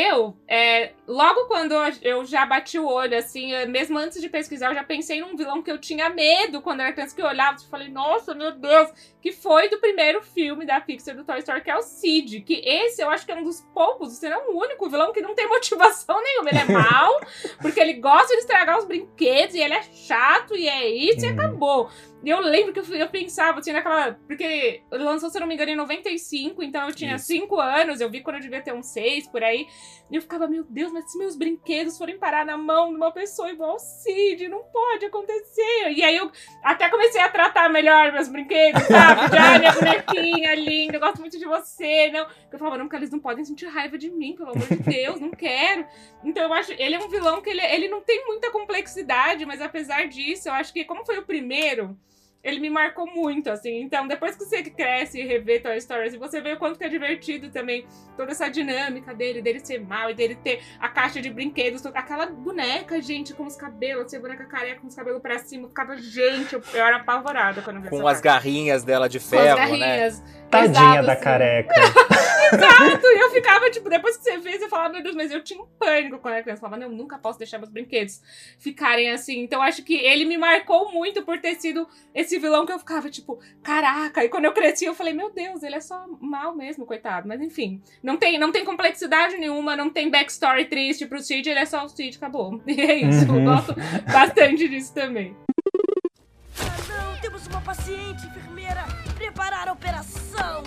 Logo quando eu já bati o olho, assim, mesmo antes de pesquisar, eu já pensei num vilão que eu tinha medo quando eu era criança, que eu olhava e falei, nossa, meu Deus, que foi do primeiro filme da Pixar, do Toy Story, que é o Sid, que esse eu acho que é um dos poucos, se não o único vilão que não tem motivação nenhuma. Ele é mau, porque ele gosta de estragar os brinquedos, e ele é chato, e é isso, e acabou. E eu lembro que eu pensava, assim, porque ele lançou, se não me engano, em 95, então eu tinha 5 anos, eu vi quando eu devia ter uns 6, por aí. E eu ficava, meu Deus, mas se meus brinquedos forem parar na mão de uma pessoa igual ao Sid, não pode acontecer. E aí eu até comecei a tratar melhor meus brinquedos, sabe? Já, minha bonequinha linda, eu gosto muito de você. Não. Eu falava, não, porque eles não podem sentir raiva de mim, pelo amor de Deus, não quero. Então eu acho, ele é um vilão que ele não tem muita complexidade, mas apesar disso, eu acho que como foi o primeiro... ele me marcou muito, assim. Então, depois que você cresce e revê Toy Story, assim, você vê o quanto que é divertido também toda essa dinâmica dele ser mal e dele ter a caixa de brinquedos, aquela boneca, gente, com os cabelos, assim, a boneca careca com os cabelos pra cima, ficava, gente, eu era apavorada quando eu vi essa Com as parte. garrinhas dela de Com as ferro, né? garrinhas. Tadinha Exato, da assim. careca. Exato, e eu ficava, tipo, depois que você fez, eu falava, meu Deus, mas eu tinha um pânico quando era criança. Eu falava, não, eu nunca posso deixar meus brinquedos ficarem assim. Então, acho que ele me marcou muito por ter sido esse vilão que eu ficava, tipo, caraca. E quando eu cresci, eu falei, meu Deus, ele é só mal mesmo, coitado. Mas, enfim, não tem complexidade nenhuma, não tem backstory triste pro Sid, ele é só o Sid, acabou. E é isso, eu gosto bastante disso também. Ah, não, temos uma paciente, enfermeira. Preparar a operação.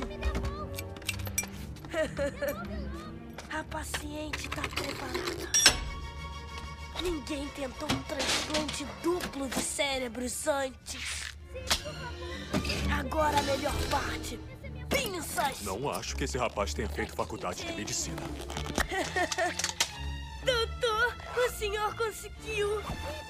A paciente tá preparada. Ninguém tentou um transplante duplo de cérebros antes. Agora a melhor parte. Pinças! Não acho que esse rapaz tenha feito faculdade de medicina. Doutor, o senhor conseguiu.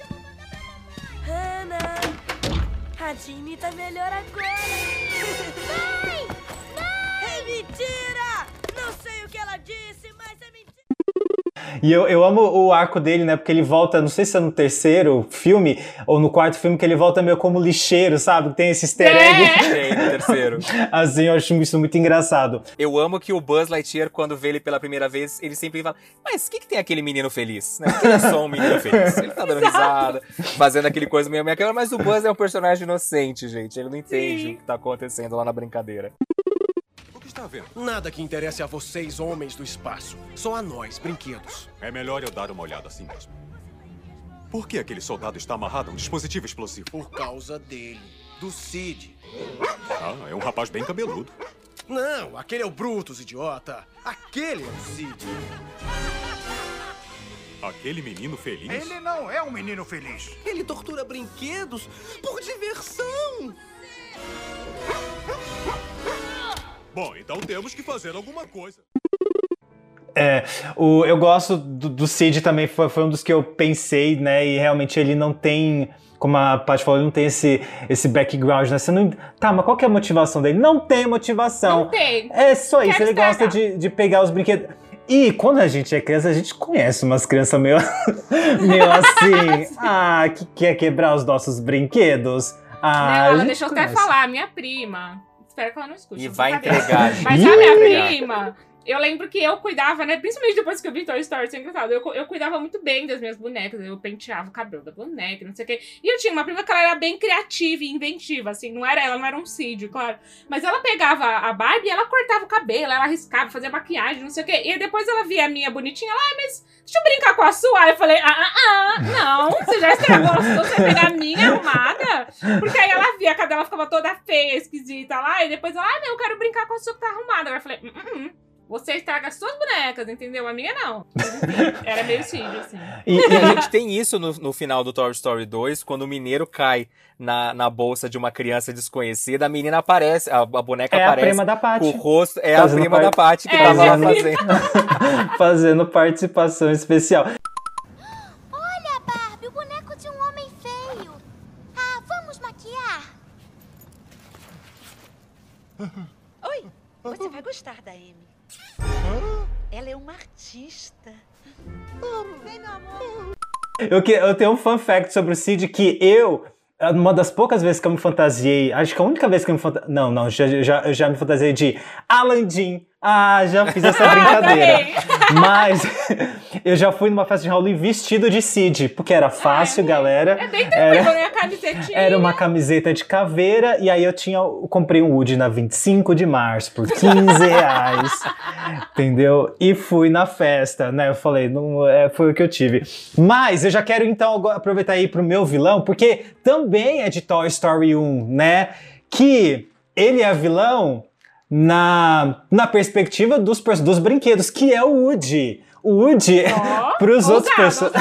Hannah, a Jeannie tá melhor agora. Mãe! É mentira! Não sei o que ela disse, mas é mentira. E eu amo o arco dele, né? Porque ele volta, não sei se é no terceiro filme ou no quarto filme, que ele volta meio como lixeiro, sabe? Tem esse easter egg. Tem no terceiro. Assim, eu acho isso muito engraçado. Eu amo que o Buzz Lightyear, quando vê ele pela primeira vez, ele sempre fala, mas o que tem aquele menino feliz? Né? Porque ele é só um menino feliz. Ele tá dando risada, fazendo aquele coisa meio aquela, mas o Buzz é um personagem inocente, gente. Ele não entende o que tá acontecendo lá na brincadeira. Está vendo? Nada que interesse a vocês, homens do espaço. Só a nós, brinquedos. É melhor eu dar uma olhada assim mesmo. Por que aquele soldado está amarrado a um dispositivo explosivo? Por causa dele. Do Sid. Ah, é um rapaz bem cabeludo. Não, aquele é o Brutus, idiota. Aquele é o Sid. Aquele menino feliz? Ele não é um menino feliz. Ele tortura brinquedos por diversão. Bom, então temos que fazer alguma coisa. Eu gosto do Sid também, foi um dos que eu pensei, né? E realmente ele não tem, como a Paty falou, ele não tem esse background, né? Você não, tá, mas qual que é a motivação dele? Não tem motivação. Não tem. É só isso, Quero ele gosta de pegar os brinquedos. E quando a gente é criança, a gente conhece umas crianças meio assim, que quer quebrar os nossos brinquedos. Não, deixa eu até falar, minha prima. Espero que ela não escute. E vai entregar, gente. Mas a minha prima, eu lembro que eu cuidava, né? Principalmente depois que eu vi Toy Story, isso é engraçado. Eu cuidava muito bem das minhas bonecas. Eu penteava o cabelo da boneca, não sei o quê. E eu tinha uma prima que ela era bem criativa e inventiva, assim. Ela não era um Cid, claro. Mas ela pegava a Barbie e ela cortava o cabelo, ela riscava, fazia maquiagem, não sei o quê. E depois ela via a minha bonitinha lá, mas deixa eu brincar com a sua. Aí eu falei, não, você já estragou a sua, você vai pegar a minha arrumada? Porque aí ela via, a cadela ficava toda feia, esquisita lá, e depois ela, não, eu quero brincar com a sua que tá arrumada. Agora eu falei, você estraga as suas bonecas, entendeu? A minha não. Era meio Cid, assim. E a gente tem isso no final do Toy Story 2, quando o mineiro cai na bolsa de uma criança desconhecida, a menina aparece, a boneca aparece. É a prima da Paty. O rosto é fazendo a prima da Paty que tava lá fazendo. Fazendo participação especial. Olha, Barbie, o boneco de um homem feio. Ah, vamos maquiar? Oi, você vai gostar da Amy. Ela é uma artista. Vem, meu amor. Eu tenho um fun fact sobre o Sid que uma das poucas vezes que eu me fantasiei, acho que a única vez que eu me fantasiei, eu já me fantasiei de Aladdin. Já fiz essa brincadeira. Mas eu já fui numa festa de Halloween vestido de Sid, porque era fácil, galera. É bem tranquilo, né? A camisetinha. Era uma camiseta de caveira, e aí eu comprei um Woody na 25 de março por R$15. Entendeu? E fui na festa, né? Eu falei, foi o que eu tive. Mas eu já quero então aproveitar aí pro meu vilão, porque também é de Toy Story 1, né? Que ele é vilão na perspectiva dos brinquedos, que é o Woody. O Woody, pros outros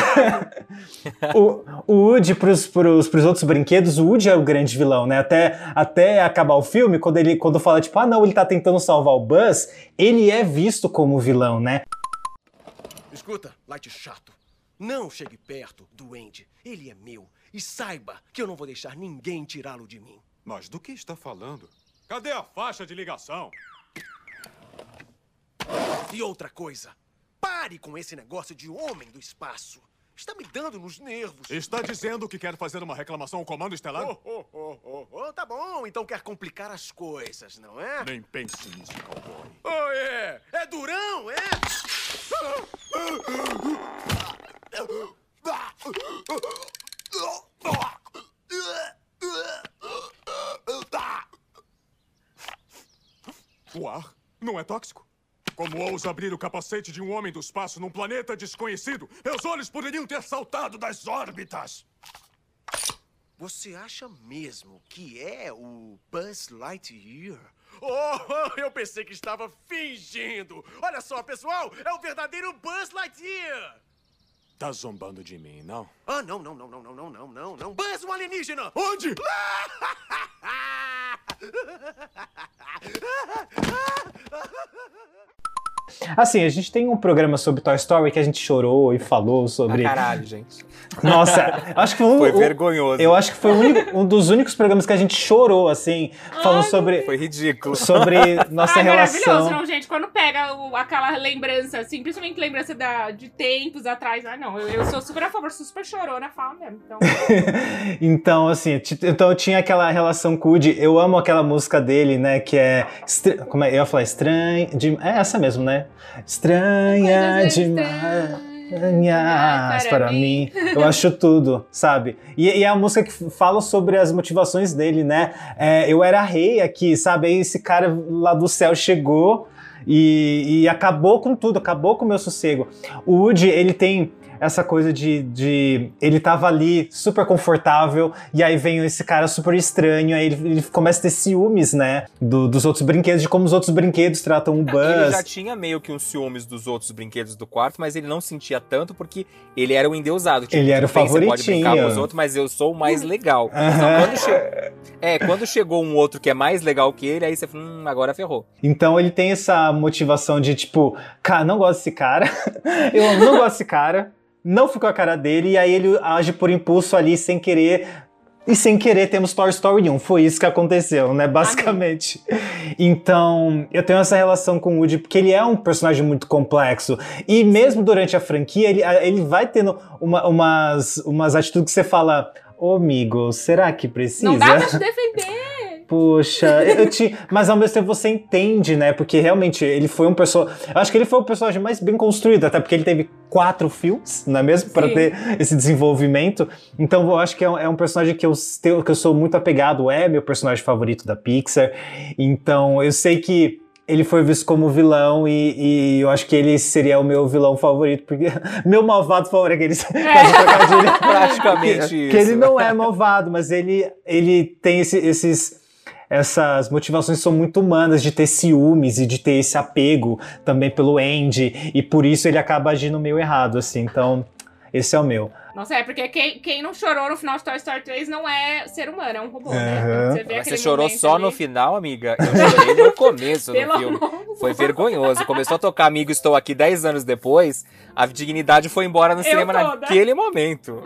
o Woody pros outros brinquedos, o Woody é o grande vilão, né? Até acabar o filme, quando fala tipo, não, ele tá tentando salvar o Buzz, ele é visto como vilão, né? Escuta, Light chato. Não chegue perto do Andy. Ele é meu. E saiba que eu não vou deixar ninguém tirá-lo de mim. Mas do que está falando? Cadê a faixa de ligação? E outra coisa, pare com esse negócio de homem do espaço. Está me dando nos nervos. Está dizendo que quer fazer uma reclamação ao Comando Estelar? Tá bom, então quer complicar as coisas, não é? Nem pense nisso, cowboy. Oh, é? É durão, é? O ar não é tóxico? Como ousa abrir o capacete de um homem do espaço num planeta desconhecido? Meus olhos poderiam ter saltado das órbitas! Você acha mesmo que é o Buzz Lightyear? Oh, eu pensei que estava fingindo! Olha só, pessoal, é o verdadeiro Buzz Lightyear! Tá zombando de mim, não? Ah, não. Buzz, um alienígena! Onde? Assim, a gente tem um programa sobre Toy Story que a gente chorou e falou sobre... Caralho, gente. Nossa, acho que foi vergonhoso. Eu acho que foi um dos únicos programas que a gente chorou, assim, falando sobre... Foi ridículo. Sobre nossa relação. Maravilhoso, não, gente? Quando pega aquela lembrança, assim, principalmente lembrança de tempos atrás, não, eu sou super a favor, sou super chorona, falo mesmo, então... Então, assim, eu tinha aquela relação com o Woody, eu amo aquela música dele, né, que é... Como é? Eu ia falar estranha... É essa mesmo, né? Estranha demais para mim. Eu acho tudo, sabe? E é a música que fala sobre as motivações dele, né? Eu era rei aqui, sabe? Aí esse cara lá do céu chegou e acabou com tudo, acabou com o meu sossego. O Woody, ele tem essa coisa de ele tava ali super confortável e aí vem esse cara super estranho, aí ele começa a ter ciúmes, né, dos outros brinquedos, de como os outros brinquedos tratam o Buzz. Ele já tinha meio que uns ciúmes dos outros brinquedos do quarto, mas ele não sentia tanto porque ele era o endeusado. Tipo, ele era o favoritinho. Você pode brincar com os outros, mas eu sou o mais legal. Então, quando chegou um outro que é mais legal que ele, aí você fala, agora ferrou. Então ele tem essa motivação de tipo, cara, não gosto desse cara, eu não gosto desse cara, não fico com a cara dele, e aí ele age por impulso ali, sem querer. E sem querer temos Toy Story 1. Foi isso que aconteceu, né? Basicamente. Então, eu tenho essa relação com o Woody, porque ele é um personagem muito complexo. E mesmo durante a franquia, ele vai tendo umas atitudes que você fala... Ô, amigo, será que precisa? Não dá pra te defender! Poxa, mas ao mesmo tempo você entende, né? Porque realmente ele foi um personagem... Eu acho que ele foi o personagem mais bem construído, até porque ele teve 4 filmes, não é mesmo? Para ter esse desenvolvimento. Então eu acho que é um personagem que eu sou muito apegado, é meu personagem favorito da Pixar. Então eu sei que ele foi visto como vilão e eu acho que ele seria o meu vilão favorito, porque meu malvado favorito, aqueles praticamente isso. Que ele não é malvado, mas ele tem essas motivações são muito humanas, de ter ciúmes e de ter esse apego também pelo Andy, e por isso ele acaba agindo meio errado, assim, então esse é o meu. Nossa, porque quem não chorou no final de Toy Story 3 não é ser humano, é um robô, né? Mas você chorou só ali no final, amiga? Eu chorei no começo do filme. Foi vergonhoso. Começou a tocar Amigo Estou Aqui 10 anos depois, a dignidade foi embora no cinema naquele momento.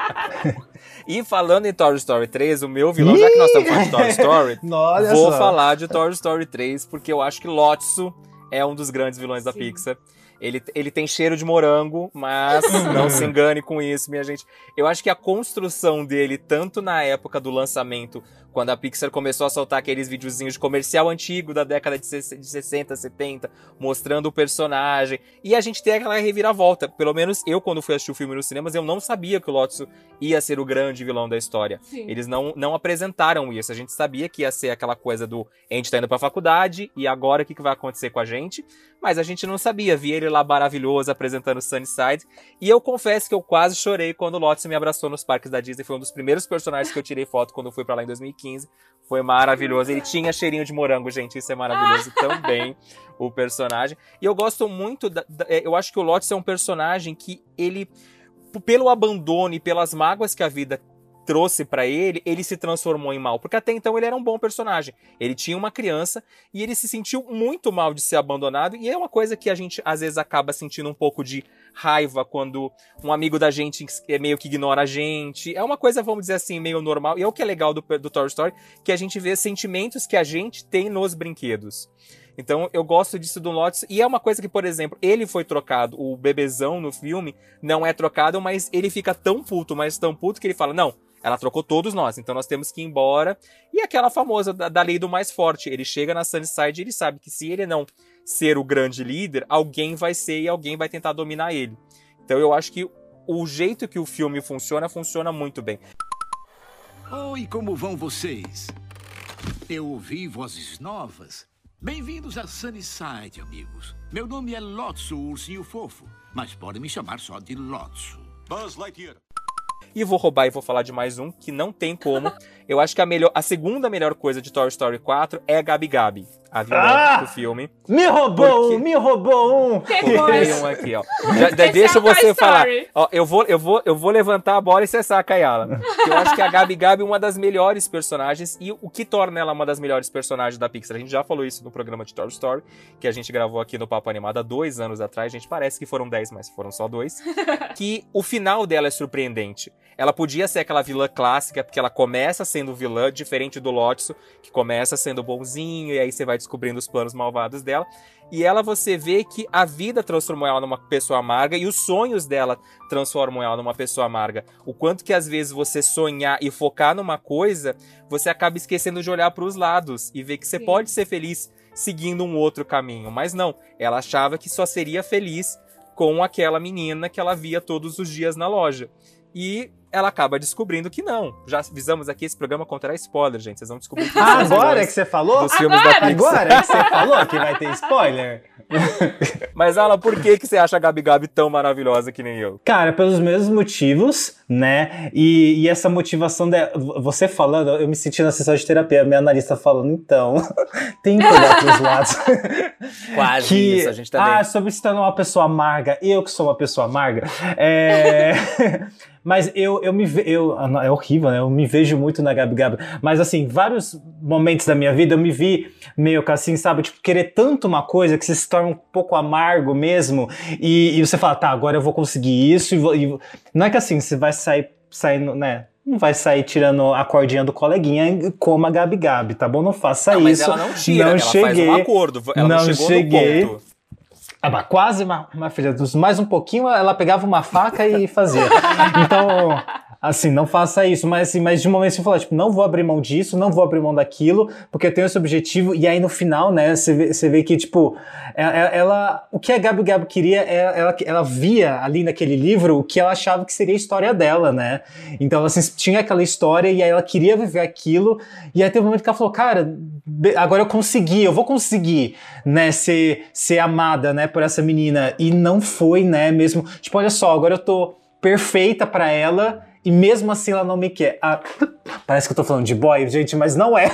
E falando em Toy Story 3, o meu vilão, já que nós estamos falando de Toy Story, vou falar de Toy Story 3, porque eu acho que Lotso é um dos grandes vilões da Pixar. Ele tem cheiro de morango, mas não se engane com isso, minha gente. Eu acho que a construção dele, tanto na época do lançamento, quando a Pixar começou a soltar aqueles videozinhos de comercial antigo da década de 60, 70, mostrando o personagem, e a gente tem aquela reviravolta. Pelo menos eu, quando fui assistir o filme nos cinemas, eu não sabia que o Lotso ia ser o grande vilão da história. Sim. Eles não apresentaram isso. A gente sabia que ia ser aquela coisa do a gente tá indo pra faculdade, e agora o que vai acontecer com a gente? Mas a gente não sabia. Vi ele lá maravilhoso apresentando Sunnyside, e eu confesso que eu quase chorei quando o Lotso me abraçou nos parques da Disney. Foi um dos primeiros personagens que eu tirei foto quando eu fui pra lá em 2015. Foi maravilhoso. Ele tinha cheirinho de morango, gente. Isso é maravilhoso também, o personagem. E eu gosto muito... eu acho que o Lotso é um personagem que ele, pelo abandono e pelas mágoas que a vida trouxe pra ele, ele se transformou em mal. Porque até então ele era um bom personagem. Ele tinha uma criança e ele se sentiu muito mal de ser abandonado. E é uma coisa que a gente, às vezes, acaba sentindo um pouco de raiva quando um amigo da gente meio que ignora a gente. É uma coisa, vamos dizer assim, meio normal. E é o que é legal do Toy Story, que a gente vê sentimentos que a gente tem nos brinquedos. Então, eu gosto disso do Lotso. E é uma coisa que, por exemplo, ele foi trocado. O bebezão no filme não é trocado, mas ele fica tão puto, mas tão puto, que ele fala, não, ela trocou todos nós, então nós temos que ir embora. E aquela famosa da lei do mais forte. Ele chega na Sunnyside e ele sabe que se ele não ser o grande líder, alguém vai ser e alguém vai tentar dominar ele. Então, eu acho que o jeito que o filme funciona muito bem. Oi, como vão vocês? Eu ouvi vozes novas. Bem-vindos a Sunnyside, amigos. Meu nome é Lotso, o ursinho fofo, mas podem me chamar só de Lotso. Buzz Lightyear. E vou roubar e vou falar de mais um, que não tem como. Eu acho que a segunda melhor coisa de Toy Story 4 é a Gabi Gabi, a vilã do filme. Me roubou um! Tem um aqui, ó. Deixa você falar. Ó, eu vou levantar a bola e você saca ela. Eu acho que a Gabi Gabi é uma das melhores personagens e o que torna ela uma das melhores personagens da Pixar. A gente já falou isso no programa de Toy Story, que a gente gravou aqui no Papo Animado há 2 anos atrás. Gente, parece que foram 10, mas foram só 2. Que o final dela é surpreendente. Ela podia ser aquela vilã clássica, porque ela começa sendo vilã, diferente do Lotso, que começa sendo bonzinho, e aí você vai descobrindo os planos malvados dela. E ela, você vê que a vida transformou ela numa pessoa amarga, e os sonhos dela transformam ela numa pessoa amarga. O quanto que às vezes você sonhar e focar numa coisa, você acaba esquecendo de olhar para os lados, e ver que você pode ser feliz seguindo um outro caminho. Mas não, ela achava que só seria feliz com aquela menina que ela via todos os dias na loja. E ela acaba descobrindo que não. Já avisamos aqui, esse programa conterá spoiler, gente. Vocês vão descobrir que agora é que você falou? Dos filmes da Pixar. Agora é que você falou que vai ter spoiler? Mas, Alan, por que você acha a Gabi Gabi tão maravilhosa que nem eu? Cara, pelos mesmos motivos, né? E essa motivação dela... Você falando, eu me senti na sessão de terapia. Minha analista falando, então... tem que olhar pros lados. Quase isso, a gente também. Sobre se tornar uma pessoa amarga. Eu que sou uma pessoa amarga. Mas eu me vejo... É horrível, né? Eu me vejo muito na Gabi Gabi. Mas, assim, vários momentos da minha vida eu me vi meio que assim, sabe? Tipo, querer tanto uma coisa que você se torna um pouco amargo mesmo. E você fala, tá, agora eu vou conseguir isso. E não é que assim, você vai saindo, né? Não vai sair tirando a cordinha do coleguinha como a Gabi Gabi, tá bom? Não faça isso. Mas ela não tira, ela faz um acordo. Ela não chegou no ponto. Mas quase, uma filha, mais um pouquinho, ela pegava uma faca e fazia. Então, assim, não faça isso. Mas de um momento você fala, tipo, não vou abrir mão disso, não vou abrir mão daquilo, porque eu tenho esse objetivo. E aí no final, né, você vê que, tipo, o que a Gabi Gabi queria, ela via ali naquele livro o que ela achava que seria a história dela, né? Então, assim, tinha aquela história e aí ela queria viver aquilo. E aí teve um momento que ela falou, cara, agora eu vou conseguir, né, ser amada, né, por essa menina. E não foi, né, mesmo. Tipo, olha só, agora eu tô perfeita pra ela. E mesmo assim ela não me quer. Parece que eu tô falando de boy, gente, mas não é.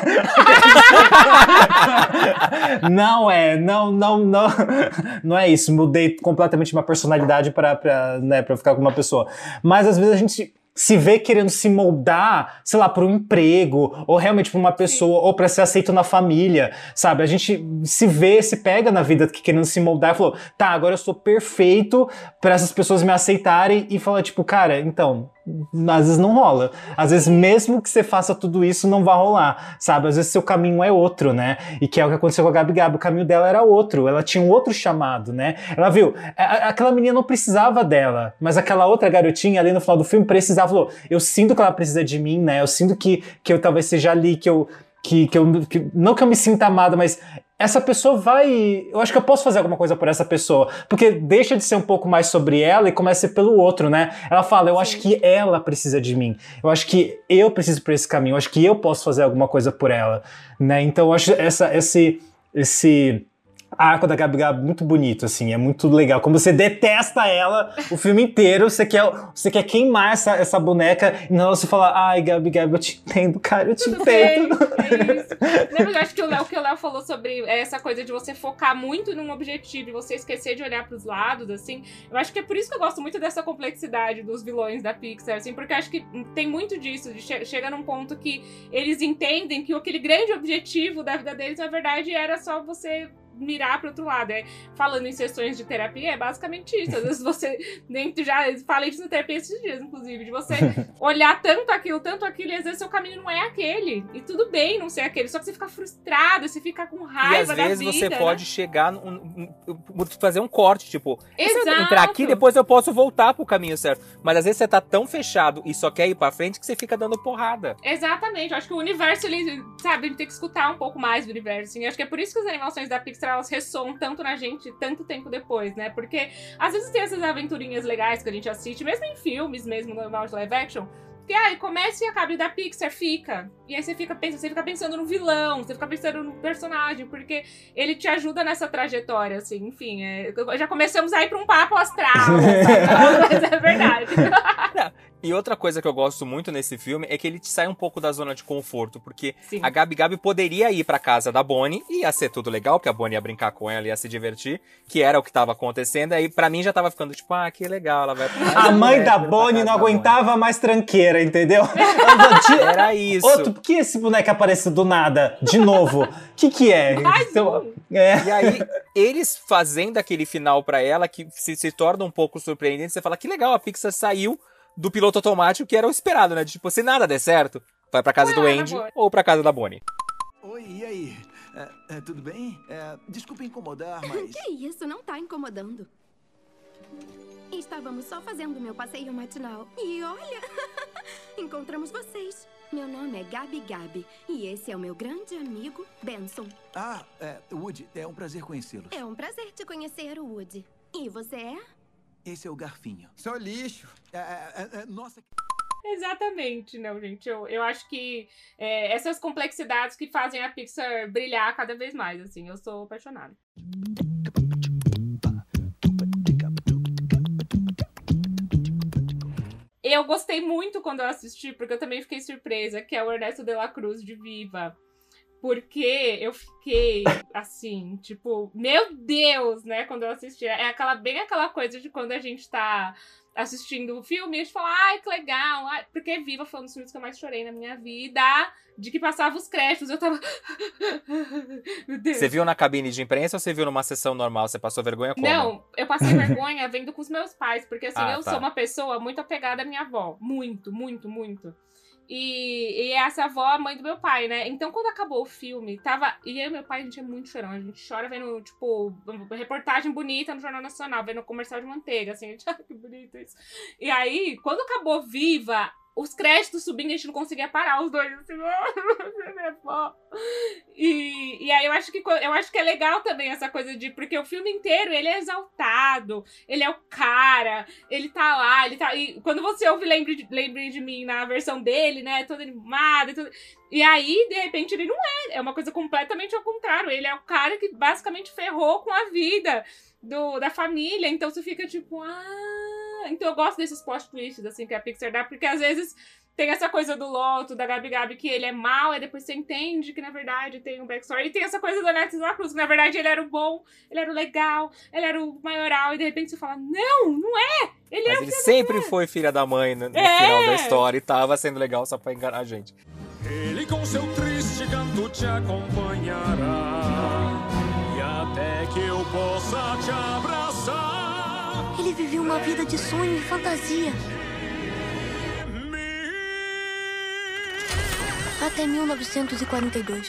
Não é, não é isso. Mudei completamente minha personalidade pra ficar com uma pessoa. Mas às vezes a gente se vê querendo se moldar, sei lá, para um emprego, ou realmente para uma pessoa, ou para ser aceito na família, sabe? A gente se pega na vida querendo se moldar e falou, tá, agora eu sou perfeito para essas pessoas me aceitarem, e fala, tipo, cara, então, às vezes não rola. Às vezes, mesmo que você faça tudo isso, não vai rolar, sabe? Às vezes seu caminho é outro, né? E que é o que aconteceu com a Gabi Gabi. O caminho dela era outro. Ela tinha um outro chamado, né? Ela viu, aquela menina não precisava dela, mas aquela outra garotinha ali no final do filme precisava. Falou, eu sinto que ela precisa de mim, né? Eu sinto que eu talvez seja ali, não que eu me sinta amada, mas essa pessoa eu acho que eu posso fazer alguma coisa por essa pessoa, porque deixa de ser um pouco mais sobre ela e começa a ser pelo outro, né? Ela fala, eu acho que ela precisa de mim, eu acho que eu preciso por esse caminho, eu acho que eu posso fazer alguma coisa por ela, né? Então eu acho esse arco da Gabi Gabi muito bonito, assim, é muito legal. Como você detesta ela o filme inteiro, você quer queimar essa boneca, e não você fala, ai, Gabi Gabi, eu te entendo, cara, eu te entendo. É isso. Não, eu acho que o que o Léo falou sobre essa coisa de você focar muito num objetivo e você esquecer de olhar pros lados, assim, eu acho que é por isso que eu gosto muito dessa complexidade dos vilões da Pixar, assim, porque eu acho que tem muito disso, de chega num ponto que eles entendem que aquele grande objetivo da vida deles, na verdade, era só você mirar pro outro lado. Falando em sessões de terapia, é basicamente isso. Às vezes você, já falei disso na terapia esses dias, inclusive, de você olhar tanto aquilo, e às vezes seu caminho não é aquele. E tudo bem não ser aquele, só que você fica frustrado, você fica com raiva da vida. E às vezes você pode chegar, fazer um corte, tipo, Exato. Entrar aqui, depois eu posso voltar pro caminho certo. Mas às vezes você tá tão fechado e só quer ir pra frente que você fica dando porrada. Exatamente. Eu acho que o universo, ele, sabe, ele tem que escutar um pouco mais do universo. Assim. Eu acho que é por isso que as animações da Pixar, elas ressoam tanto na gente tanto tempo depois, né? Porque às vezes tem essas aventurinhas legais que a gente assiste, mesmo em filmes, mesmo normal de live action, que começa e acaba, e da Pixar fica. E aí você fica pensando no vilão, você fica pensando no personagem, porque ele te ajuda nessa trajetória, assim, enfim. Já começamos a ir pra um papo astral, sabe? Mas é verdade. E outra coisa que eu gosto muito nesse filme é que ele te sai um pouco da zona de conforto, porque Sim. a Gabi Gabi poderia ir pra casa da Bonnie e ia ser tudo legal, porque a Bonnie ia brincar com ela, ia se divertir, que era o que tava acontecendo, aí pra mim já tava ficando tipo, que legal, ela vai... A mãe da Bonnie não aguentava mais tranqueira, entendeu? Era isso. Outro, por que esse boneco aparece do nada, de novo? O que é? Então, E aí, eles fazendo aquele final pra ela, que se torna um pouco surpreendente, você fala, que legal, a Pixar saiu do piloto automático, que era o esperado, né? Tipo, se nada der certo, vai pra casa do Andy ou pra casa da Bonnie. Oi, e aí? Tudo bem? Desculpa incomodar, mas... Que isso, não tá incomodando. Estávamos só fazendo meu passeio matinal. E olha, encontramos vocês. Meu nome é Gabi Gabi e esse é o meu grande amigo, Benson. Woody, é um prazer conhecê-los. É um prazer te conhecer, Woody. E você é? Esse é o Garfinho. Sou lixo. Nossa... Exatamente, não, gente. Eu acho que essas complexidades que fazem a Pixar brilhar cada vez mais, assim. Eu sou apaixonada. Eu gostei muito quando eu assisti, porque eu também fiquei surpresa, que é o Ernesto de la Cruz de Viva. Porque eu fiquei, assim, tipo, meu Deus, né, quando eu assisti. É bem aquela coisa de quando a gente tá assistindo o filme e a gente fala, ai, que legal. Porque Viva foi um dos filmes que eu mais chorei na minha vida, de que passava os créditos, eu tava... Meu Deus. Você viu na cabine de imprensa ou você viu numa sessão normal? Você passou vergonha como? Não, eu passei vergonha vendo com os meus pais, porque assim, eu sou uma pessoa muito apegada à minha avó. Muito, muito, muito. E essa avó é a mãe do meu pai, né? Então, quando acabou o filme, e eu e meu pai, a gente é muito chorão. A gente chora vendo, tipo, reportagem bonita no Jornal Nacional, vendo comercial de manteiga, assim. A gente, que bonito isso. E aí, quando acabou Viva, os créditos subindo, a gente não conseguia parar os dois, assim, minha avó. E aí eu acho que é legal também essa coisa de... Porque o filme inteiro, ele é exaltado, ele é o cara, ele tá lá, e quando você ouve Lembre de Mim na versão dele, né, toda animada, e aí, de repente, ele não é uma coisa completamente ao contrário, ele é o cara que basicamente ferrou com a vida da família, então você fica tipo, então eu gosto desses plot twists, assim, que a Pixar dá, porque às vezes tem essa coisa do Loto, da Gabi Gabi, que ele é mau, e depois você entende que, na verdade, tem um backstory. E tem essa coisa do Ernesto de la Cruz, que, na verdade, ele era o bom, ele era o legal, ele era o maioral, e de repente você fala, não é! Mas ele sempre foi filha da mãe no final da história, e tava sendo legal só pra enganar a gente. Ele com seu triste canto te acompanhará, e até que eu possa te abraçar. Ele viveu uma vida de sonho e fantasia. Até 1942.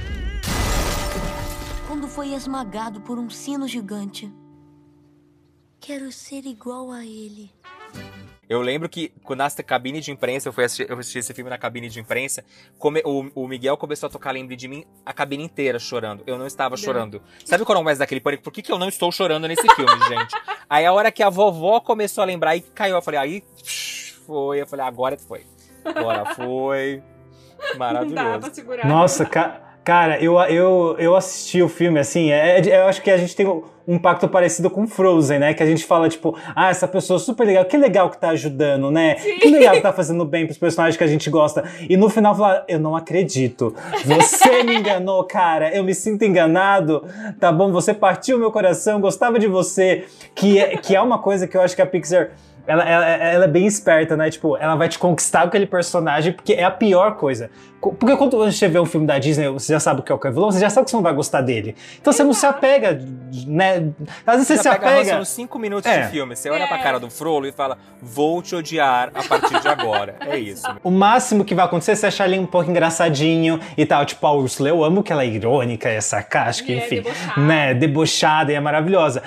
Quando foi esmagado por um sino gigante. Quero ser igual a ele. Eu lembro que, quando na cabine de imprensa, eu assisti esse filme na cabine de imprensa, o Miguel começou a tocar Lembre de Mim, a cabine inteira chorando. Eu não estava chorando. Sabe quando começa daquele pânico? Por que eu não estou chorando nesse filme, gente? Aí a hora que a vovó começou a lembrar, e caiu, eu falei, aí foi. Eu falei, agora foi. Agora foi. Maravilhoso. Nossa, Cara, eu assisti o filme, assim, eu acho que a gente tem um pacto parecido com Frozen, né? Que a gente fala, tipo, essa pessoa super legal, que legal que tá ajudando, né? Sim. Que legal que tá fazendo bem pros personagens que a gente gosta. E no final falar, eu não acredito. Você me enganou, cara. Eu me sinto enganado. Tá bom, você partiu meu coração, gostava de você. Que é uma coisa que eu acho que a Pixar... Ela é bem esperta, né? Tipo, ela vai te conquistar com aquele personagem, porque é a pior coisa. Porque quando você vê um filme da Disney, você já sabe o que é o vilão, você já sabe que você não vai gostar dele. Então você não se apega, né? Às vezes você se apega... nos 5 minutos de filme. Você olha pra cara do Frollo e fala, vou te odiar a partir de agora. É isso. O máximo que vai acontecer é você achar ele um pouco engraçadinho e tal. Tipo, a Úrsula, eu amo que ela é irônica, é sarcástica, enfim. Debochada. Né? Debochada e é maravilhosa.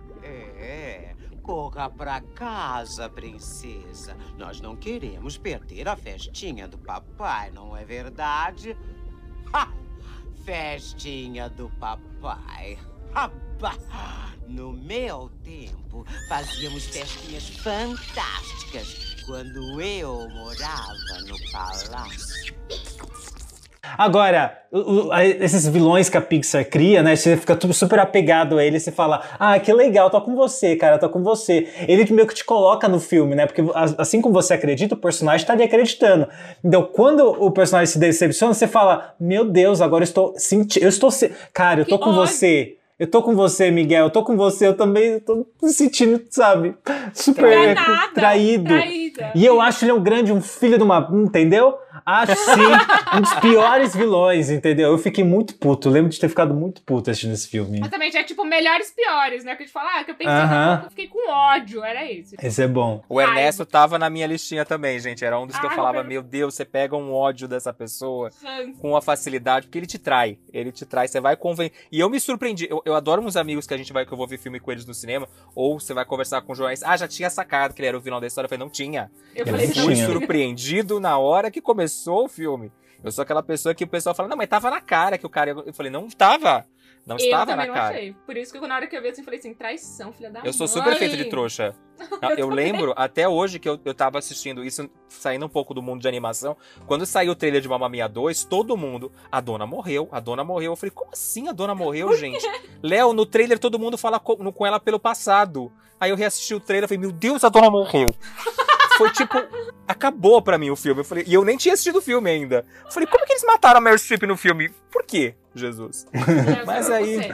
Corra pra casa, princesa. Nós não queremos perder a festinha do papai, não é verdade? Ha! Festinha do papai. Rapá! No meu tempo, fazíamos festinhas fantásticas quando eu morava no palácio. Agora, esses vilões que a Pixar cria, né? Você fica super apegado a ele, você fala, que legal, tô com você, cara, tô com você. Ele meio que te coloca no filme, né? Porque assim como você acredita, o personagem tá ali acreditando. Então, quando o personagem se decepciona, você fala, meu Deus, agora eu estou cara, eu tô com você. Eu tô com você, Miguel, eu tô com você, eu também tô me sentindo, sabe, super traído. E eu acho ele um filho de uma... Entendeu? Acho sim, um dos piores vilões, entendeu? Eu fiquei muito puto, eu lembro de ter ficado muito puto assistindo esse filme. Exatamente, é tipo melhores piores, né? Que a gente fala, que eu pensei, eu fiquei com ódio, era isso. Esse é bom. O Ernesto tava na minha listinha também, gente, era um dos que eu falava, meu Deus, você pega um ódio dessa pessoa com uma facilidade, porque ele te trai, você vai convencer. E eu me surpreendi, eu adoro uns amigos que eu vou ver filme com eles no cinema, ou você vai conversar com o Joás, já tinha sacado que ele era o vilão da história, eu falei, não tinha. Eu fui surpreendido na hora que começou o filme. Eu sou aquela pessoa que o pessoal fala, não, mas tava na cara que o cara... Eu falei, não estava. Não estava na cara. Achei. Por isso que na hora que eu vi assim, falei assim, traição, filha da mãe. Eu sou super feito de trouxa. Eu lembro até hoje que eu tava assistindo isso, saindo um pouco do mundo de animação. Quando saiu o trailer de Mamma Mia 2, todo mundo, a dona morreu. Eu falei, como assim a dona morreu, gente? Léo, no trailer todo mundo fala com ela pelo passado. Aí eu reassisti o trailer e falei, meu Deus, a dona morreu. Foi tipo, acabou pra mim o filme. E eu nem tinha assistido o filme ainda. Eu falei, como que eles mataram a Meryl Streep no filme? Por quê, Jesus? Mas aí...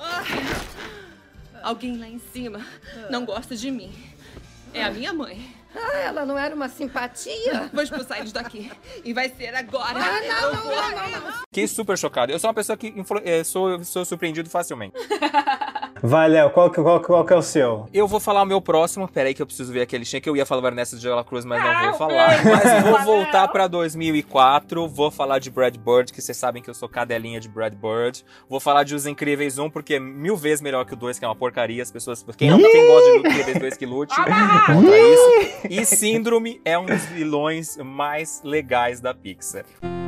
Alguém lá em cima não gosta de mim. É a minha mãe. Ela não era uma simpatia? Vou expulsar eles daqui. E vai ser agora. Não. Fiquei super chocado. Eu sou uma pessoa que sou surpreendido facilmente. Vai, Léo, qual que é o seu? Eu vou falar o meu próximo. Peraí que eu preciso ver aquele listinha que eu ia falar Ernesto de la Cruz, mas não vou falar. Mas vou voltar pra 2004. Vou falar de Brad Bird, que vocês sabem que eu sou cadelinha de Brad Bird. Vou falar de Os Incríveis 1, porque é 1000 vezes melhor que o 2, que é uma porcaria. As pessoas... Quem gosta de Incríveis 2 que lute contra isso. E Síndrome é um dos vilões mais legais da Pixar.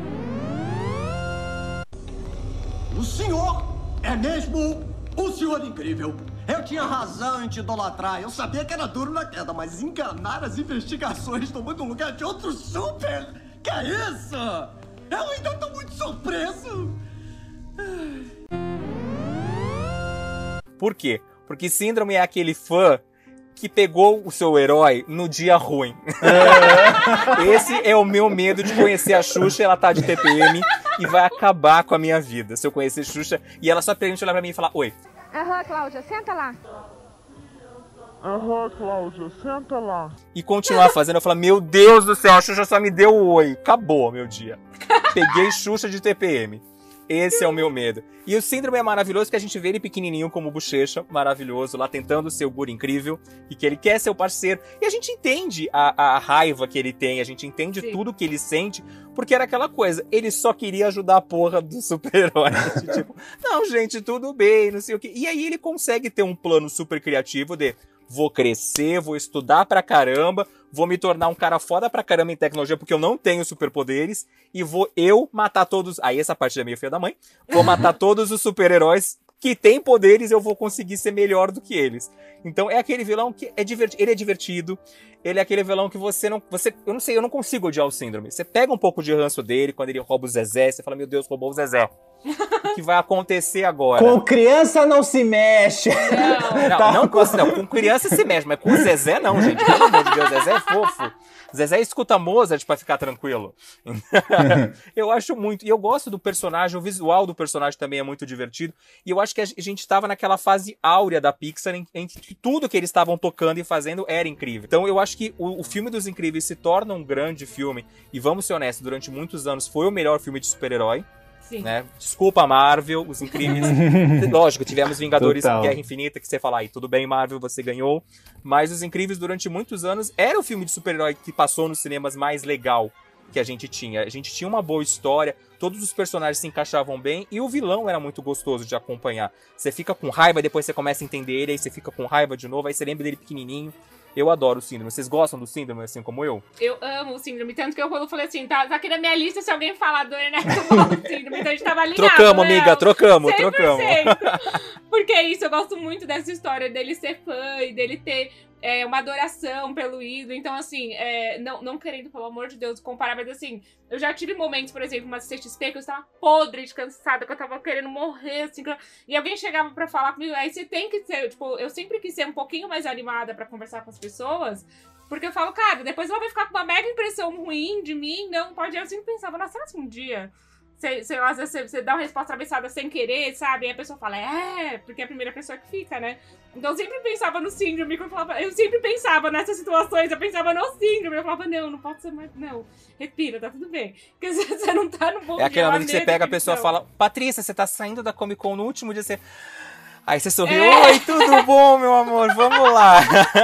O senhor é mesmo o senhor incrível. Eu tinha razão em te idolatrar. Eu sabia que era duro na queda, mas enganar as investigações tomando o lugar de outro super? Que é isso? Eu ainda tô muito surpreso. Por quê? Porque Síndrome é aquele fã que pegou o seu herói no dia ruim. Esse é o meu medo de conhecer a Xuxa, ela tá de TPM e vai acabar com a minha vida. Se eu conhecer Xuxa e ela só pergunta olhar pra mim e falar, oi. Cláudia, senta lá. Cláudia, senta lá. E continuar fazendo, eu falo, meu Deus do céu, a Xuxa só me deu o oi. Acabou meu dia. Peguei Xuxa de TPM. Esse é o meu medo. E o Síndrome é maravilhoso, que a gente vê ele pequenininho como bochecha, maravilhoso, lá tentando ser o guri incrível, e que ele quer ser o parceiro. E a gente entende a raiva que ele tem, a gente entende tudo que ele sente, porque era aquela coisa, ele só queria ajudar a porra do super-herói. Tipo, não, gente, tudo bem, não sei o quê. E aí ele consegue ter um plano super criativo de... Vou crescer, vou estudar pra caramba, vou me tornar um cara foda pra caramba em tecnologia porque eu não tenho superpoderes e vou eu matar todos... Aí essa parte é meio filha da mãe. Vou matar todos os super-heróis que têm poderes, eu vou conseguir ser melhor do que eles. Então é aquele vilão que é divertido. Ele é divertido, ele é aquele vilão que eu não sei, eu não consigo odiar o Síndrome. Você pega um pouco de ranço dele, quando ele rouba o Zezé, você fala, meu Deus, roubou o Zezé. O que vai acontecer agora? Com criança não se mexe. Não, com criança se mexe, mas com o Zezé não, gente. Pelo amor de Deus, Zezé é fofo. Zezé escuta Mozart pra ficar tranquilo. Eu acho muito. E eu gosto do personagem, o visual do personagem também é muito divertido. E eu acho que a gente estava naquela fase áurea da Pixar em que tudo que eles estavam tocando e fazendo era incrível. Então eu acho que o filme dos Incríveis se torna um grande filme. E vamos ser honestos, durante muitos anos foi o melhor filme de super-herói. Sim. Né? Desculpa, Marvel, os Incríveis. Lógico, tivemos Vingadores Guerra Infinita, que você fala, aí, tudo bem, Marvel, você ganhou. Mas os Incríveis, durante muitos anos, era o filme de super-herói que passou nos cinemas mais legal que a gente tinha. A gente tinha uma boa história, todos os personagens se encaixavam bem e o vilão era muito gostoso de acompanhar. Você fica com raiva, depois você começa a entender ele, aí você fica com raiva de novo, aí você lembra dele pequenininho. Eu adoro o Síndrome. Vocês gostam do Síndrome, assim como eu? Eu amo o Síndrome. Tanto que eu falei assim, tá aqui na minha lista, se alguém falar do Ernesto, eu falo do Síndrome. Então a gente tava alinhado. Trocamos, amiga. Trocamos. Porque é isso, eu gosto muito dessa história dele ser fã e dele ter uma adoração pelo ídolo. Então, assim, não querendo, pelo amor de Deus, comparar, mas assim, eu já tive momentos, por exemplo, uma CXP que eu estava podre de cansada, que eu tava querendo morrer, assim, e alguém chegava pra falar comigo, aí você tem que ser, tipo, eu sempre quis ser um pouquinho mais animada pra conversar com as pessoas, porque eu falo, cara, depois ela vai ficar com uma mega impressão ruim de mim, não pode. Eu sempre pensava, nossa, será que um dia sei lá, você dá uma resposta atravessada sem querer, sabe? E a pessoa fala, porque é a primeira pessoa que fica, né? Então eu sempre pensava no Síndrome, eu sempre pensava nessas situações, eu pensava no Síndrome, eu falava, não pode ser mais, não, respira, tá tudo bem. Porque você não tá no bom dia. É aquele momento que você pega a pessoa e fala, Patrícia, você tá saindo da Comic Con no último dia, você... Aí você sorriu, oi, tudo bom, meu amor, vamos lá.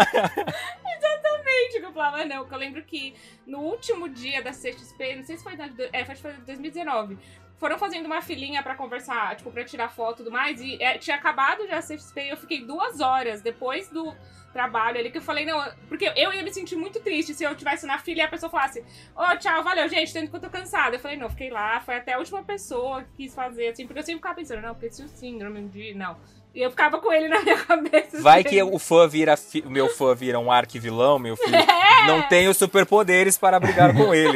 Exatamente, que eu falava, não, que eu lembro que no último dia da CXP, não sei se foi foi 2019, foram fazendo uma filinha pra conversar, tipo, pra tirar foto e tudo mais, e tinha acabado já a CXP e eu fiquei 2 horas depois do trabalho ali, que eu falei, não, porque eu ia me sentir muito triste se eu estivesse na fila e a pessoa falasse, tchau, valeu, gente, tanto que eu tô cansada. Eu falei, não, fiquei lá, foi até a última pessoa que quis fazer, assim, porque eu sempre ficava pensando, não, porque se o Síndrome um dia, não. E eu ficava com ele na minha cabeça. Vai que o meu fã vira um arquivilão, meu filho. Não tenho superpoderes para brigar com ele.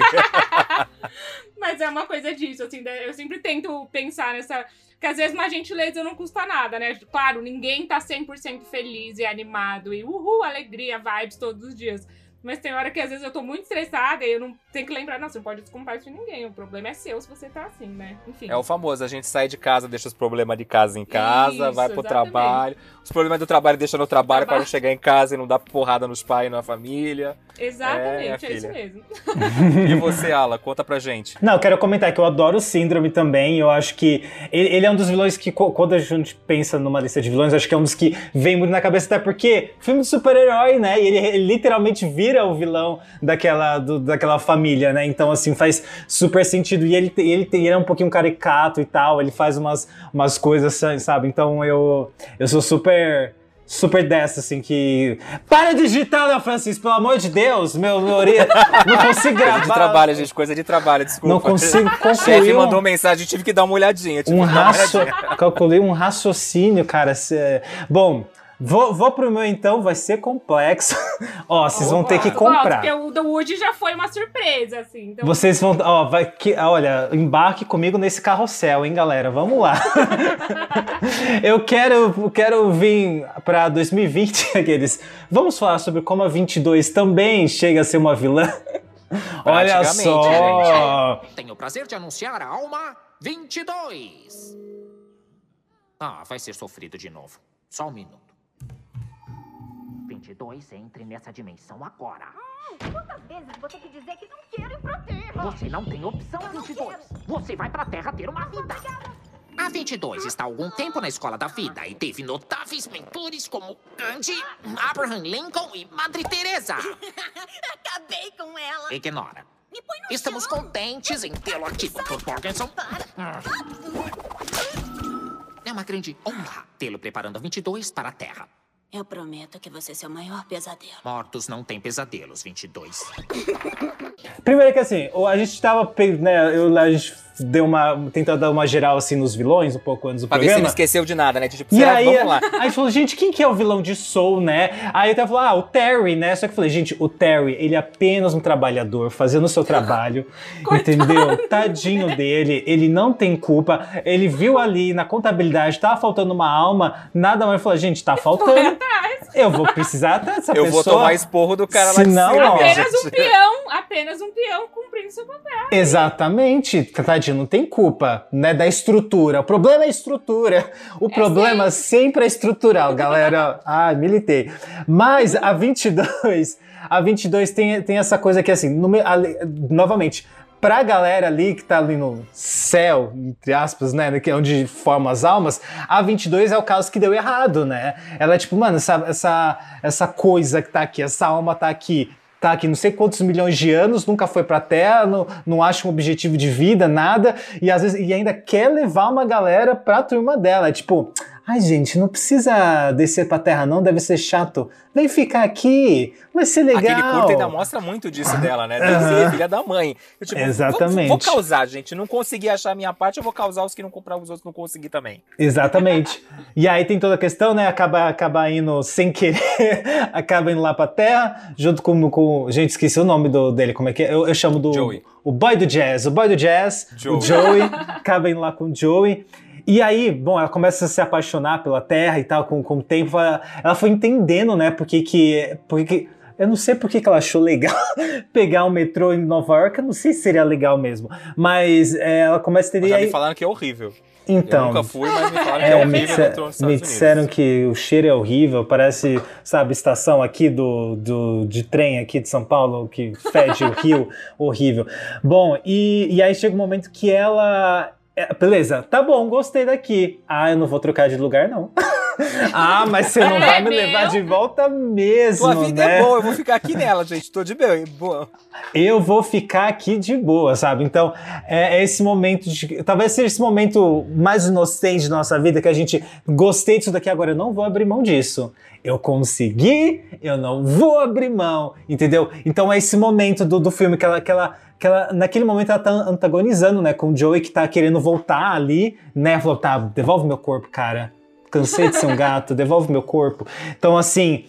Mas é uma coisa disso, assim, eu sempre tento pensar nessa... Que às vezes uma gentileza não custa nada, né? Claro, ninguém tá 100% feliz e animado e alegria, vibes todos os dias. Mas tem hora que às vezes eu tô muito estressada e eu não tenho que lembrar, não, você não pode desculpar isso de ninguém. O problema é seu se você tá assim, né? Enfim. É o famoso, a gente sai de casa, deixa os problemas de casa em casa, isso, vai pro exatamente. Trabalho. Os problemas do trabalho deixa no trabalho para não chegar em casa e não dar porrada nos pais e na família. Exatamente, é isso mesmo. E você, Ala, conta pra gente. Não, eu quero comentar que eu adoro o Síndrome também. Eu acho que ele é um dos vilões que, quando a gente pensa numa lista de vilões, eu acho que é um dos que vem muito na cabeça, até porque filme de super-herói, né? E ele literalmente vira o vilão daquela família, né? Então, assim, faz super sentido. E ele é um pouquinho caricato e tal, ele faz umas coisas, sabe? Então eu sou super dessa, assim, que... Para de digitar, Léo Francisco, pelo amor de Deus, meu orelha, não consigo gravar. Coisa de trabalho, gente, coisa de trabalho, desculpa. Não consigo concluir. O chefe mandou mensagem, tive que dar uma olhadinha. Calculei um raciocínio, cara. Bom... Vou pro meu então, vai ser complexo. Vocês vão ter que comprar. Porque o do Woody já foi uma surpresa, assim. Então... Vocês vão... olha, embarque comigo nesse carrossel, hein, galera? Vamos lá. Eu quero vir pra 2020, aqueles... Vamos falar sobre como a 22 também chega a ser uma vilã? Olha só! Gente. Tenho o prazer de anunciar a Alma 22. Vai ser sofrido de novo. Só um minuto. 22, entre nessa dimensão agora. Quantas vezes vou ter que dizer que não quero ir pra Terra? Você não tem opção, 22. Você vai pra Terra ter uma vida. A 22 está há algum tempo na escola da vida e teve notáveis mentores como Gandhi, Abraham Lincoln e Madre Teresa. Acabei com ela. Ignora. Estamos contentes em tê-lo aqui, Dr. Parkinson. É uma grande honra tê-lo preparando a 22 para a Terra. Eu prometo que você é seu maior pesadelo. Mortos não têm pesadelos, 22. Primeiro que assim, a gente tava, né, a gente tentou dar uma geral assim nos vilões um pouco antes do Pra ver programa. se ele esqueceu de nada, né? Tipo, E será? aí, Vamos lá. aí a gente falou, gente, quem que é o vilão de Soul, né? Aí até falou, o Terry, né? Só que eu falei, gente, o Terry, ele é apenas um trabalhador, fazendo o seu trabalho, entendeu? Tadinho dele, ele não tem culpa, ele viu ali na contabilidade, tava faltando uma alma, nada mais, falou, gente, tá faltando, eu vou precisar atrás dessa pessoa. Eu vou tomar esporro do cara lá de Senão, cima. ó, Apenas um peão cumprindo seu papel. Exatamente, tadinho, não tem culpa, né, da estrutura. O problema é a estrutura. O problema sempre é estrutural, galera. Militei. Mas a 22 tem essa coisa que assim, novamente, pra galera ali que tá ali no céu, entre aspas, né, que é onde formam as almas, a 22 é o caso que deu errado, né? Ela é tipo, mano, essa coisa que tá aqui, essa alma tá aqui não sei quantos milhões de anos, nunca foi pra Terra, não acha um objetivo de vida, nada, e às vezes ainda quer levar uma galera pra turma dela. É tipo, ai gente, não precisa descer pra Terra não, deve ser chato. Vem ficar aqui, vai ser legal. Aquele curto ainda mostra muito disso dela, né? Deve ser filha da mãe. Eu, tipo, exatamente. Vou causar, gente. Não consegui achar a minha parte, eu vou causar os que não compraram, os outros não consegui também. Exatamente. E aí tem toda a questão, né? Acaba indo sem querer, acaba indo lá pra Terra, junto com gente, esqueci o nome dele, como é que é? Eu chamo do... Joey. O boy do jazz, o Joey, acaba indo lá com o Joey. E aí, bom, ela começa a se apaixonar pela Terra e tal, com o tempo, ela foi entendendo, né, porque eu não sei por que ela achou legal pegar o metrô em Nova York, eu não sei se seria legal mesmo, mas ela começa a entender... Já me falaram que é horrível. Então, eu nunca fui, mas me falaram que é horrível o metrô nos Estados Unidos. Me disseram que o cheiro é horrível, parece, sabe, estação aqui de trem aqui de São Paulo, que fede o rio, horrível. Bom, e aí chega um momento que ela... beleza, tá bom, gostei daqui. Eu não vou trocar de lugar, não. Mas você não vai me levar de volta mesmo, Tua vida né? é boa, eu vou ficar aqui nela, gente. Tô de boa. Eu vou ficar aqui de boa, sabe? Então, é esse momento talvez seja esse momento mais inocente da nossa vida, que a gente gostei disso daqui, agora eu não vou abrir mão disso. Eu consegui, eu não vou abrir mão, entendeu? Então é esse momento do filme que ela, naquele momento ela tá antagonizando, né, com o Joey, que tá querendo voltar ali, né, falou, tá, devolve meu corpo, cara, cansei de ser um gato, devolve meu corpo. Então, assim,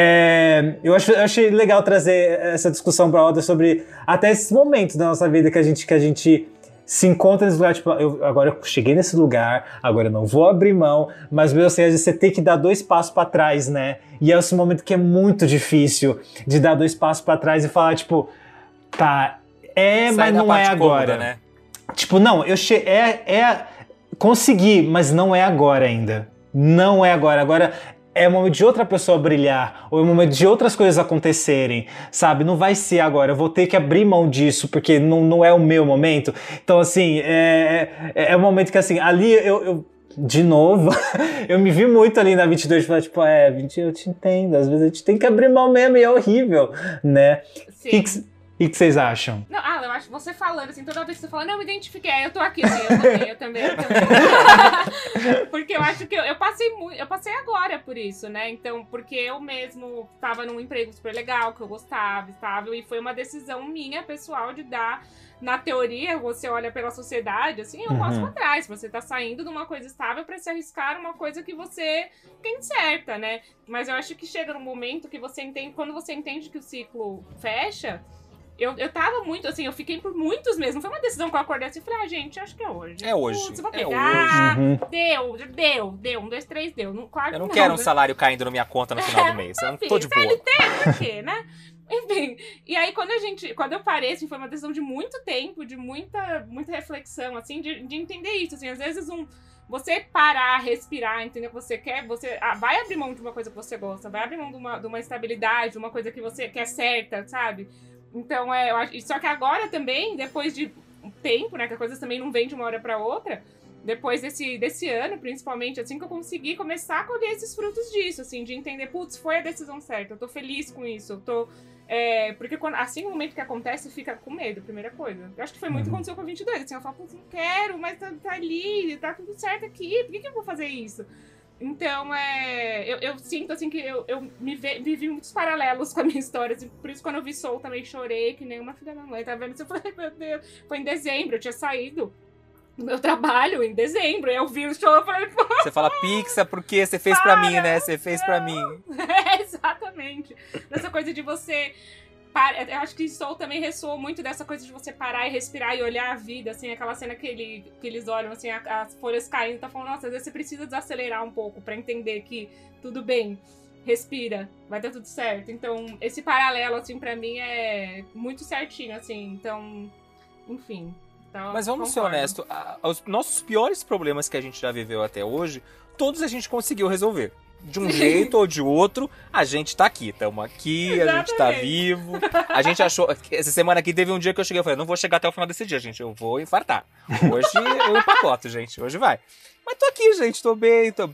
eu achei legal trazer essa discussão pra roda sobre até esses momentos da nossa vida que a gente se encontra nesse lugar, tipo, agora eu cheguei nesse lugar, agora eu não vou abrir mão, mas mesmo assim, às vezes você tem que dar 2 passos pra trás, né, e é esse momento que é muito difícil de dar 2 passos pra trás e falar, tipo, tá, mas não é agora, cômoda, né? Tipo, não, consegui, mas não é agora ainda. Não é agora. Agora é o momento de outra pessoa brilhar, ou é o momento de outras coisas acontecerem, sabe? Não vai ser agora, eu vou ter que abrir mão disso, porque não é o meu momento. Então, assim, é um momento que, assim, ali eu de novo, eu me vi muito ali na 22, falar, tipo, 20, eu te entendo, às vezes a gente tem que abrir mão mesmo, e é horrível, né? Sim. O que vocês acham? Não, eu acho que você falando, assim, toda vez que você fala, não, eu me identifiquei, eu tô aqui, assim, eu também. Porque eu acho que eu passei agora por isso, né? Então, porque eu mesmo tava num emprego super legal, que eu gostava, estável, e foi uma decisão minha, pessoal, de dar... Na teoria, você olha pela sociedade, assim, eu passo pra trás. Você tá saindo de uma coisa estável pra se arriscar numa coisa que você tem certa, né? Mas eu acho que chega num momento que você entende, quando você entende que o ciclo fecha... Eu tava muito, assim, eu fiquei por muitos meses. Não foi uma decisão que eu acordei assim e falei, gente, acho que é hoje. É hoje. Putz, vou pegar. Hoje. Deu. 1, 2, 3, deu. Claro eu não que quero um salário caindo na minha conta no final do mês. Eu não tô de boa. Por quê, né? Enfim, e aí quando eu parei, assim, foi uma decisão de muito tempo, de muita reflexão, assim, de entender isso, assim, às vezes você parar, respirar, entender o que você quer, você vai abrir mão de uma coisa que você gosta, vai abrir mão de uma estabilidade, de uma coisa que você quer certa, sabe? Então, eu acho, só que agora também, depois de um tempo, né, que a coisa também não vem de uma hora pra outra, depois desse ano, principalmente, assim, que eu consegui começar a colher esses frutos disso, assim, de entender, putz, foi a decisão certa, eu tô feliz com isso, eu tô... porque assim, no momento que acontece, fica com medo, primeira coisa. Eu acho que foi muito o que aconteceu com a 22, assim, eu falo, putz, não quero, mas tá ali, tá tudo certo aqui, por que eu vou fazer isso? Então, eu sinto, assim, que eu vivi muitos paralelos com a minha história, assim, por isso quando eu vi Soul também chorei, que nem uma filha da mãe, tá vendo? Eu falei, meu Deus, foi em dezembro, eu tinha saído no meu trabalho em dezembro. Eu vi o show e falei, pô. Você fala Pixar porque você fez pra mim, né? Você fez pra mim. Exatamente. Dessa coisa de você... Eu acho que Soul também ressoou muito dessa coisa de você parar e respirar e olhar a vida, assim, aquela cena que eles olham, assim, as folhas caindo, tá falando, nossa, às vezes você precisa desacelerar um pouco pra entender que tudo bem, respira, vai dar tudo certo. Então, esse paralelo, assim, pra mim é muito certinho, assim, então, enfim. Então, mas vamos ser honestos, os nossos piores problemas que a gente já viveu até hoje, todos a gente conseguiu resolver. De um jeito ou de outro, a gente tá aqui. Estamos aqui, a gente tá vivo. A gente achou... Essa semana aqui teve um dia que eu cheguei e falei, não vou chegar até o final desse dia, gente. Eu vou infartar. Hoje eu empacoto, gente. Hoje vai. Mas tô aqui, gente. Tô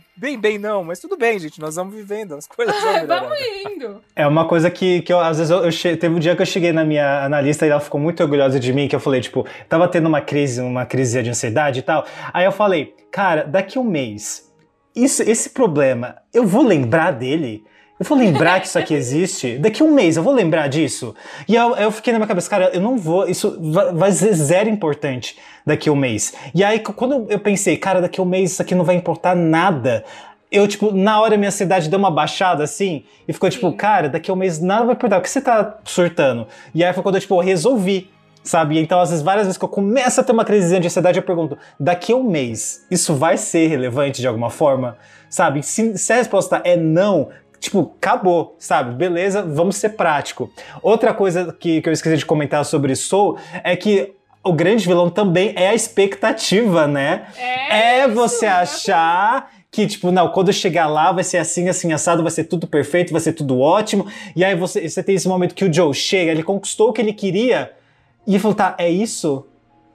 bem não. Mas tudo bem, gente. Nós vamos vivendo. As coisas vão melhorando. Vamos indo. É uma coisa que eu, às vezes, teve um dia que eu cheguei na minha analista e ela ficou muito orgulhosa de mim, que eu falei, tipo, tava tendo uma crise de ansiedade e tal. Aí eu falei, cara, daqui um mês... Esse problema, eu vou lembrar dele? Eu vou lembrar que isso aqui existe? Daqui um mês eu vou lembrar disso? E eu fiquei na minha cabeça, cara, eu não vou, isso vai ser zero importante daqui um mês. E aí, quando eu pensei, cara, daqui um mês isso aqui não vai importar nada, eu, tipo, na hora minha ansiedade deu uma baixada, assim, e ficou tipo, cara, daqui um mês nada vai importar, por que você tá surtando? E aí foi quando eu, tipo, resolvi. Sabe? Então, às vezes, várias vezes que eu começo a ter uma crise de ansiedade, eu pergunto, daqui a um mês, isso vai ser relevante de alguma forma? Sabe? Se a resposta é não, tipo, acabou, sabe? Beleza, vamos ser prático. Outra coisa que eu esqueci de comentar sobre Soul é que o grande vilão também é a expectativa, né? É você achar... que, tipo, não, quando eu chegar lá vai ser assim, assim, assado, vai ser tudo perfeito, vai ser tudo ótimo. E aí você tem esse momento que o Joe chega, ele conquistou o que ele queria... E ele falou, tá, é isso?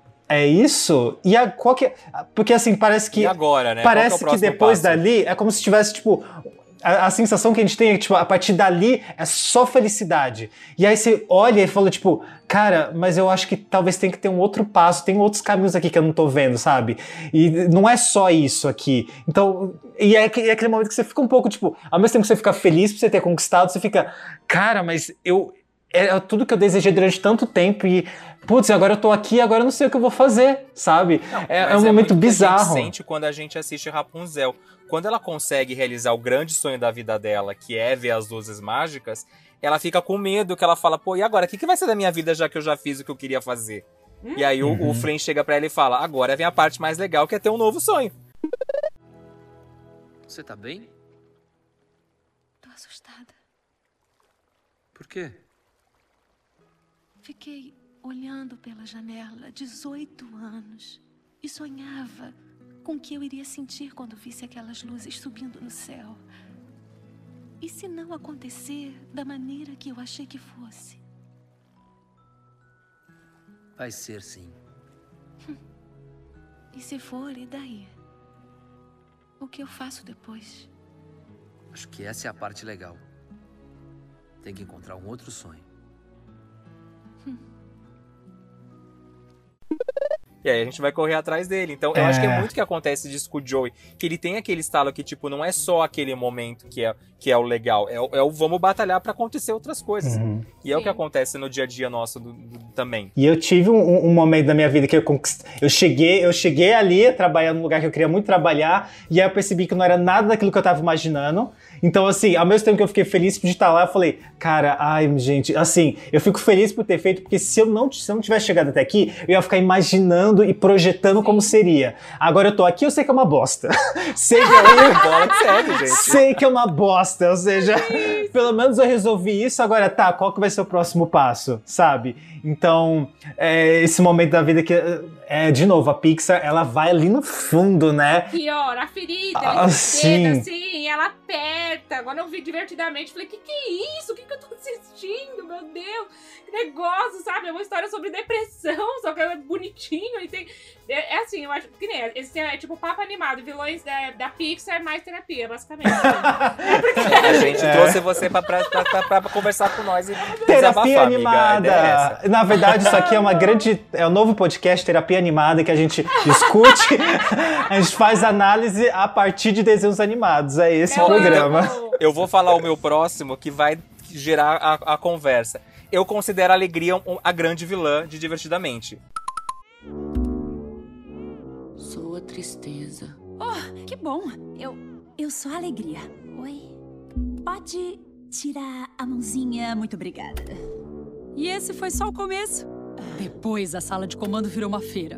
É isso? E qual que é... Porque assim, parece que... E agora, né? Parece que depois dali, é como se tivesse, tipo... A sensação que a gente tem é que, tipo, a partir dali é só felicidade. E aí você olha e fala, tipo... Cara, mas eu acho que talvez tenha que ter um outro passo. Tem outros caminhos aqui que eu não tô vendo, sabe? E não é só isso aqui. Então... E é aquele momento que você fica um pouco, tipo... Ao mesmo tempo que você fica feliz por você ter conquistado, você fica... Cara, mas é tudo que eu desejei durante tanto tempo e, putz, agora eu tô aqui, agora eu não sei o que eu vou fazer, sabe? É um momento bizarro. A gente sente quando a gente assiste Rapunzel. Quando ela consegue realizar o grande sonho da vida dela, que é ver as luzes mágicas, ela fica com medo, que ela fala, pô, e agora? O que vai ser da minha vida já que eu já fiz o que eu queria fazer? E aí o Flynn chega pra ela e fala, agora vem a parte mais legal, que é ter um novo sonho. Você tá bem? Tô assustada. Por quê? Fiquei olhando pela janela 18 anos e sonhava com o que eu iria sentir quando visse aquelas luzes subindo no céu. E se não acontecer da maneira que eu achei que fosse? Vai ser sim. E se for, e daí? O que eu faço depois? Acho que essa é a parte legal. Tem que encontrar um outro sonho. E aí a gente vai correr atrás dele. Então, eu acho que é muito que acontece disso com o Joey. Que ele tem aquele estalo que, tipo, não é só aquele momento que é o legal. É o vamos batalhar pra acontecer outras coisas. E é o que acontece no dia a dia nosso também. E eu tive um momento da minha vida que eu cheguei ali a trabalhar num lugar que eu queria muito trabalhar. E aí eu percebi que não era nada daquilo que eu tava imaginando. Então, assim, ao mesmo tempo que eu fiquei feliz de estar lá, eu falei, cara, ai, gente, assim, eu fico feliz por ter feito, porque se eu não tivesse chegado até aqui, eu ia ficar imaginando e projetando como seria. Agora eu tô aqui, eu sei que é uma bosta. Sei que é uma bosta, ou seja, pelo menos eu resolvi isso, agora tá, qual que vai ser o próximo passo, sabe? Então, esse momento da vida que, de novo, a Pixar, ela vai ali no fundo, né? Pior, a ferida, ela assim, ela aperta. Quando eu vi divertidamente, falei, que é isso? O que eu tô assistindo? Meu Deus, que negócio, sabe? É uma história sobre depressão, só que é bonitinho e tem... É assim, eu acho que nem esse é tipo papo animado, vilões da Pixar mais terapia, basicamente. A gente trouxe você pra conversar com nós e terapia desabafar, animada. Amiga, na verdade, isso aqui é um novo podcast Terapia Animada que a gente discute, a gente faz análise a partir de desenhos animados. É esse o programa. Eu vou falar o meu próximo que vai gerar a conversa. Eu considero a Alegria a grande vilã de Divertidamente. sou a tristeza. Oh, que bom. Eu sou a alegria. Oi. Pode tirar a mãozinha? Muito obrigada. E esse foi só o começo. Depois a sala de comando virou uma feira.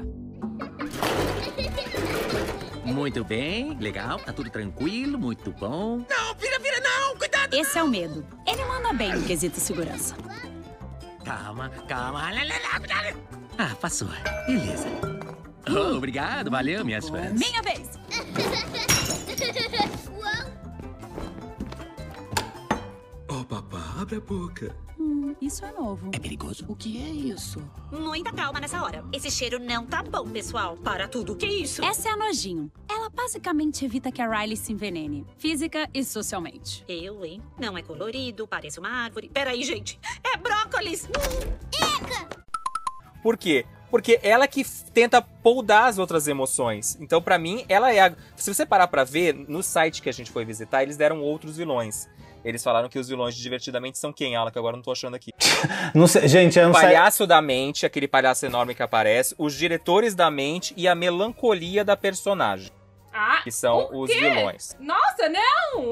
Muito bem, legal, tá tudo tranquilo, muito bom. Não, vira, não! Cuidado! Esse é o medo. Ele manda bem no quesito segurança. Calma. Cuidado. Ah, passou. Beleza. Oh, obrigado, valeu, minhas fãs. Minha vez! Oh, papá, abre a boca. Isso é novo. É perigoso? O que é isso? Muita calma nessa hora. Esse cheiro não tá bom, pessoal. Para tudo. O que é isso? Essa é a Nojinho. Ela basicamente evita que a Riley se envenene. Física e socialmente. Hein? Não é colorido, parece uma árvore. Peraí, gente. É brócolis! Eca! Por quê? Porque ela que tenta poldar as outras emoções. Então, pra mim, ela é a... Se você parar pra ver, no site que a gente foi visitar, eles deram outros vilões. Eles falaram que os vilões de Divertidamente são quem, Ala? Que agora eu não tô achando aqui. Não sei, gente, eu não sei. O palhaço da mente, aquele palhaço enorme que aparece, os diretores da mente e a melancolia da personagem. Que são os vilões. Nossa, não!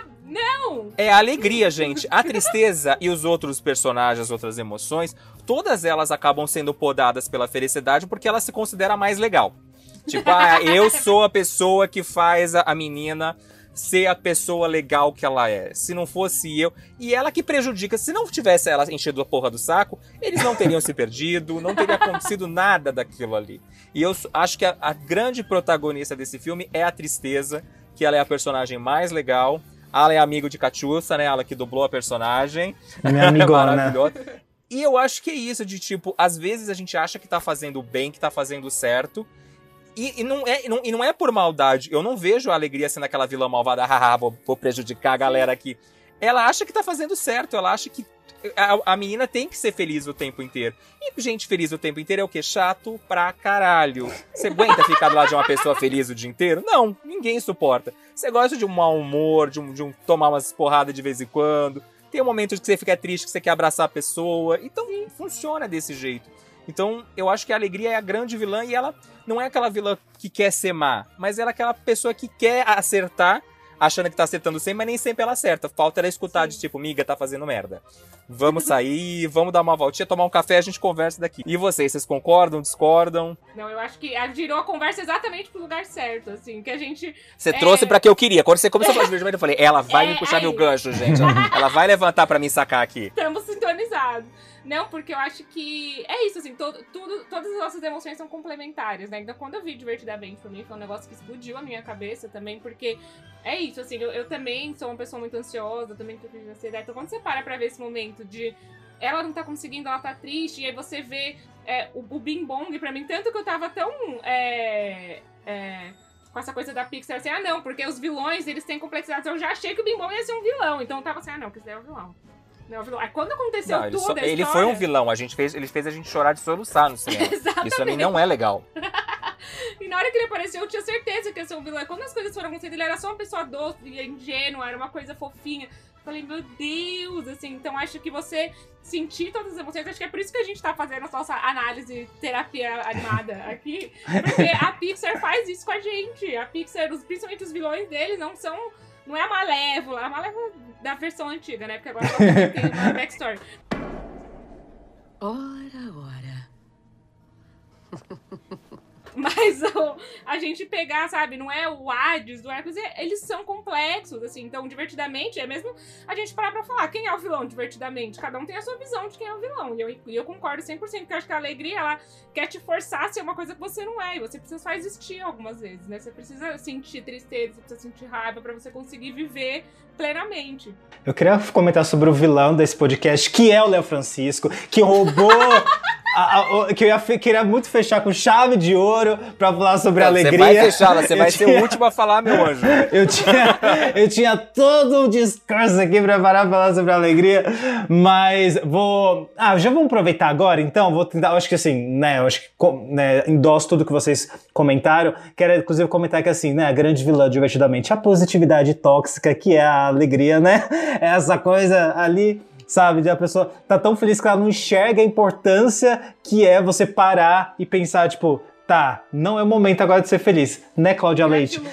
Não! É a alegria, gente. A tristeza e os outros personagens, as outras emoções, todas elas acabam sendo podadas pela felicidade porque ela se considera mais legal. Tipo, eu sou a pessoa que faz a menina ser a pessoa legal que ela é. Se não fosse eu... E ela que prejudica. Se não tivesse ela enchendo a porra do saco, eles não teriam se perdido, não teria acontecido nada daquilo ali. E eu acho que a grande protagonista desse filme é a tristeza, que ela é a personagem mais legal. Ela é amigo de Catiúcia, né? Ela que dublou a personagem. Minha amigona. Maravilhosa. E eu acho que é isso, de tipo, às vezes a gente acha que tá fazendo bem, que tá fazendo certo, e não é por maldade. Eu não vejo a alegria sendo aquela vilã malvada, vou prejudicar a galera aqui. Ela acha que tá fazendo certo, ela acha que a menina tem que ser feliz o tempo inteiro. E gente feliz o tempo inteiro é o quê? Chato pra caralho. Você aguenta ficar do lado de uma pessoa feliz o dia inteiro? Não, ninguém suporta. Você gosta de um mau humor, de um tomar umas porradas de vez em quando. Tem um momento que você fica triste, que você quer abraçar a pessoa. Então, funciona desse jeito. Então, eu acho que a alegria é a grande vilã e ela não é aquela vilã que quer ser má, mas ela é aquela pessoa que quer acertar, achando que tá acertando sempre, mas nem sempre ela acerta. Falta ela escutar de tipo, miga, tá fazendo merda. Vamos sair, vamos dar uma voltinha, tomar um café, a gente conversa daqui. E vocês concordam, discordam? Não, eu acho que girou a conversa exatamente pro lugar certo, assim, que a gente... Você trouxe pra que eu queria. Quando você começou a fazer o eu falei, ela vai me puxar meu gancho, gente. Ela vai levantar pra me sacar aqui. Estamos sintonizados. Não, porque eu acho que é isso, assim, todas as nossas emoções são complementares, né? Então, quando eu vi Divertidamente, pra mim, foi um negócio que explodiu a minha cabeça também, porque é isso, assim, eu também sou uma pessoa muito ansiosa, também tenho crise de ansiedade. Então, quando você para pra ver esse momento de ela não tá conseguindo, ela tá triste, e aí você vê o Bing Bong, pra mim, tanto que eu tava tão... com essa coisa da Pixar, assim, não, porque os vilões, eles têm complexidades. Eu já achei que o Bing Bong ia ser um vilão, então eu tava assim, não, que isso daí é um vilão. Aí quando aconteceu tudo, ele foi um vilão, ele fez a gente chorar de soluçar no cinema. Isso pra mim não é legal. E na hora que ele apareceu, eu tinha certeza que ia ser um vilão. E quando as coisas foram acontecendo, ele era só uma pessoa doce e ingênua, era uma coisa fofinha. Eu falei, meu Deus, assim, então acho que você sentir todas as emoções, acho que é por isso que a gente tá fazendo a nossa análise, terapia animada aqui, porque a Pixar faz isso com a gente. A Pixar, principalmente os vilões deles, não é a Malévola da versão antiga, né? Porque agora ela tem uma backstory. Ora. Mas a gente pegar, sabe, não é o Hades do Hércules, eles são complexos, assim, então, Divertidamente, é mesmo a gente parar pra falar quem é o vilão, Divertidamente, cada um tem a sua visão de quem é o vilão, e eu concordo 100%, porque eu acho que a alegria, ela quer te forçar a ser uma coisa que você não é, e você precisa só existir algumas vezes, né, você precisa sentir tristeza, você precisa sentir raiva pra você conseguir viver plenamente. Eu queria comentar sobre o vilão desse podcast, que é o Léo Francisco, que roubou... que eu queria muito fechar com chave de ouro pra falar sobre a alegria. Você vai fechá-la, você vai ser o último a falar, meu anjo. Eu tinha todo um discurso aqui preparado pra falar sobre a alegria, mas já vamos aproveitar agora, então, vou tentar, acho que assim, né, endosso tudo que vocês comentaram, quero inclusive comentar que assim, né, a grande vilã Divertidamente, a positividade tóxica, que é a alegria, né, é essa coisa ali... Sabe, de a pessoa tá tão feliz que ela não enxerga a importância que é você parar e pensar, tipo, tá, não é o momento agora de ser feliz, né, Cláudia Leite?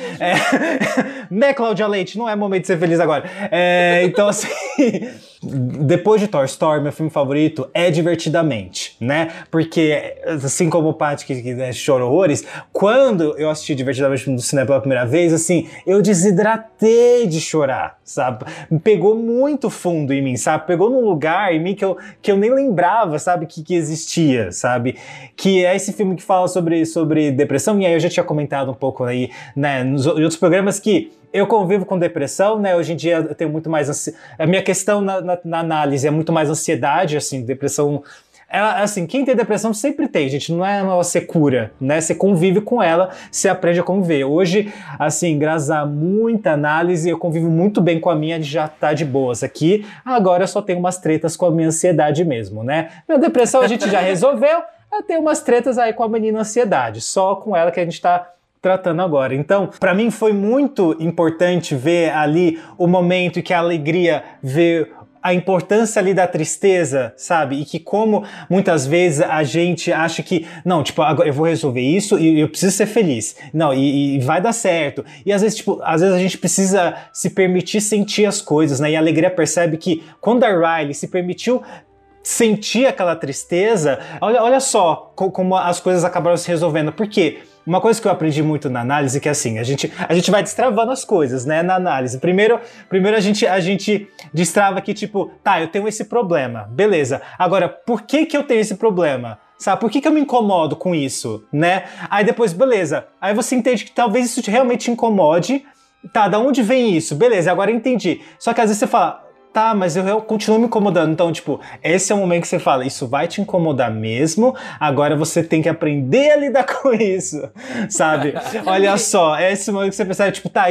Né, Cláudia Leite? Não é momento de ser feliz agora. Então, assim, depois de Toy Story, meu filme favorito é Divertidamente, né? Porque, assim como o Paty que chora horrores, quando eu assisti Divertidamente no cinema pela primeira vez, assim, eu desidratei de chorar, sabe? Me pegou muito fundo em mim, sabe? Pegou num lugar em mim que eu nem lembrava, sabe? Que existia, sabe? Que é esse filme que fala sobre depressão, e aí eu já tinha comentado um pouco aí, né, em outros programas que eu convivo com depressão, né? Hoje em dia eu tenho muito mais... A minha questão na análise é muito mais ansiedade, assim, depressão... assim, quem tem depressão sempre tem, gente, não é você cura, né? Você convive com ela, você aprende a conviver. Hoje, assim, graças a muita análise, eu convivo muito bem com a minha, já tá de boas aqui. Agora eu só tenho umas tretas com a minha ansiedade mesmo, né? Minha depressão a gente já resolveu, eu tenho umas tretas aí com a menina ansiedade, só com ela que a gente tá tratando agora. Então, pra mim foi muito importante ver ali o momento em que a alegria vê a importância ali da tristeza, sabe? E que como muitas vezes a gente acha que, não, tipo, agora eu vou resolver isso e eu preciso ser feliz. Não, e vai dar certo. E às vezes, tipo, às vezes a gente precisa se permitir sentir as coisas, né? E a alegria percebe que quando a Riley se permitiu sentir aquela tristeza, olha só como as coisas acabaram se resolvendo. Por quê? Uma coisa que eu aprendi muito na análise é que assim, a gente vai destravando as coisas, né, na análise. Primeiro a gente destrava que tipo, tá, eu tenho esse problema, beleza. Agora, por que eu tenho esse problema? Sabe, por que eu me incomodo com isso, né? Aí depois, beleza, aí você entende que talvez isso realmente te incomode. Tá, da onde vem isso? Beleza, agora eu entendi. Só que às vezes você fala... Tá, mas eu continuo me incomodando. Então, tipo, esse é o momento que você fala, isso vai te incomodar mesmo, agora você tem que aprender a lidar com isso, sabe? Olha só, é esse momento que você percebe, tipo, tá,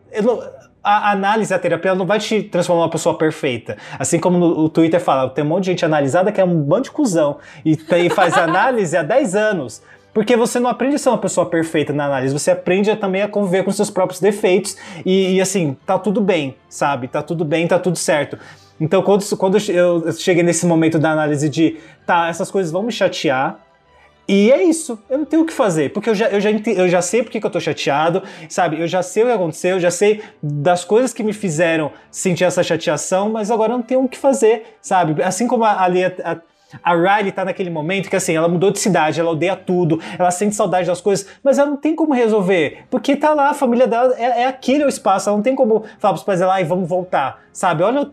a análise, a terapia, ela não vai te transformar numa pessoa perfeita. Assim como o Twitter fala, tem um monte de gente analisada que é um bando de cuzão e faz análise há 10 anos. Porque você não aprende a ser uma pessoa perfeita na análise, você aprende também a conviver com seus próprios defeitos e assim, tá tudo bem, sabe? Tá tudo bem, tá tudo certo. Então, quando eu cheguei nesse momento da análise de, tá, essas coisas vão me chatear, e é isso, eu não tenho o que fazer, porque eu já sei porque que eu tô chateado, sabe? Eu já sei o que aconteceu, eu já sei das coisas que me fizeram sentir essa chateação, mas agora eu não tenho o que fazer, sabe? Assim como a Riley tá naquele momento que assim, ela mudou de cidade, ela odeia tudo, ela sente saudade das coisas, mas ela não tem como resolver, porque tá lá, a família dela é aquele o espaço, ela não tem como falar pros pais dela, ai, vamos voltar, sabe? Olha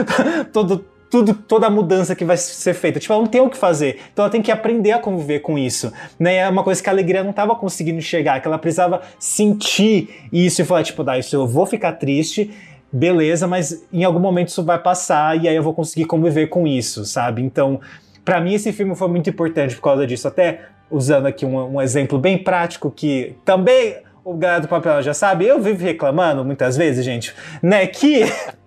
toda a mudança que vai ser feita, tipo, ela não tem o que fazer, então ela tem que aprender a conviver com isso, né? É uma coisa que a alegria não tava conseguindo enxergar, que ela precisava sentir isso e falar, tipo, isso eu vou ficar triste, beleza, mas em algum momento isso vai passar e aí eu vou conseguir conviver com isso, sabe? Então, pra mim esse filme foi muito importante por causa disso, até usando aqui um exemplo bem prático que também o galera do papel já sabe, eu vivo reclamando muitas vezes, gente, né, que...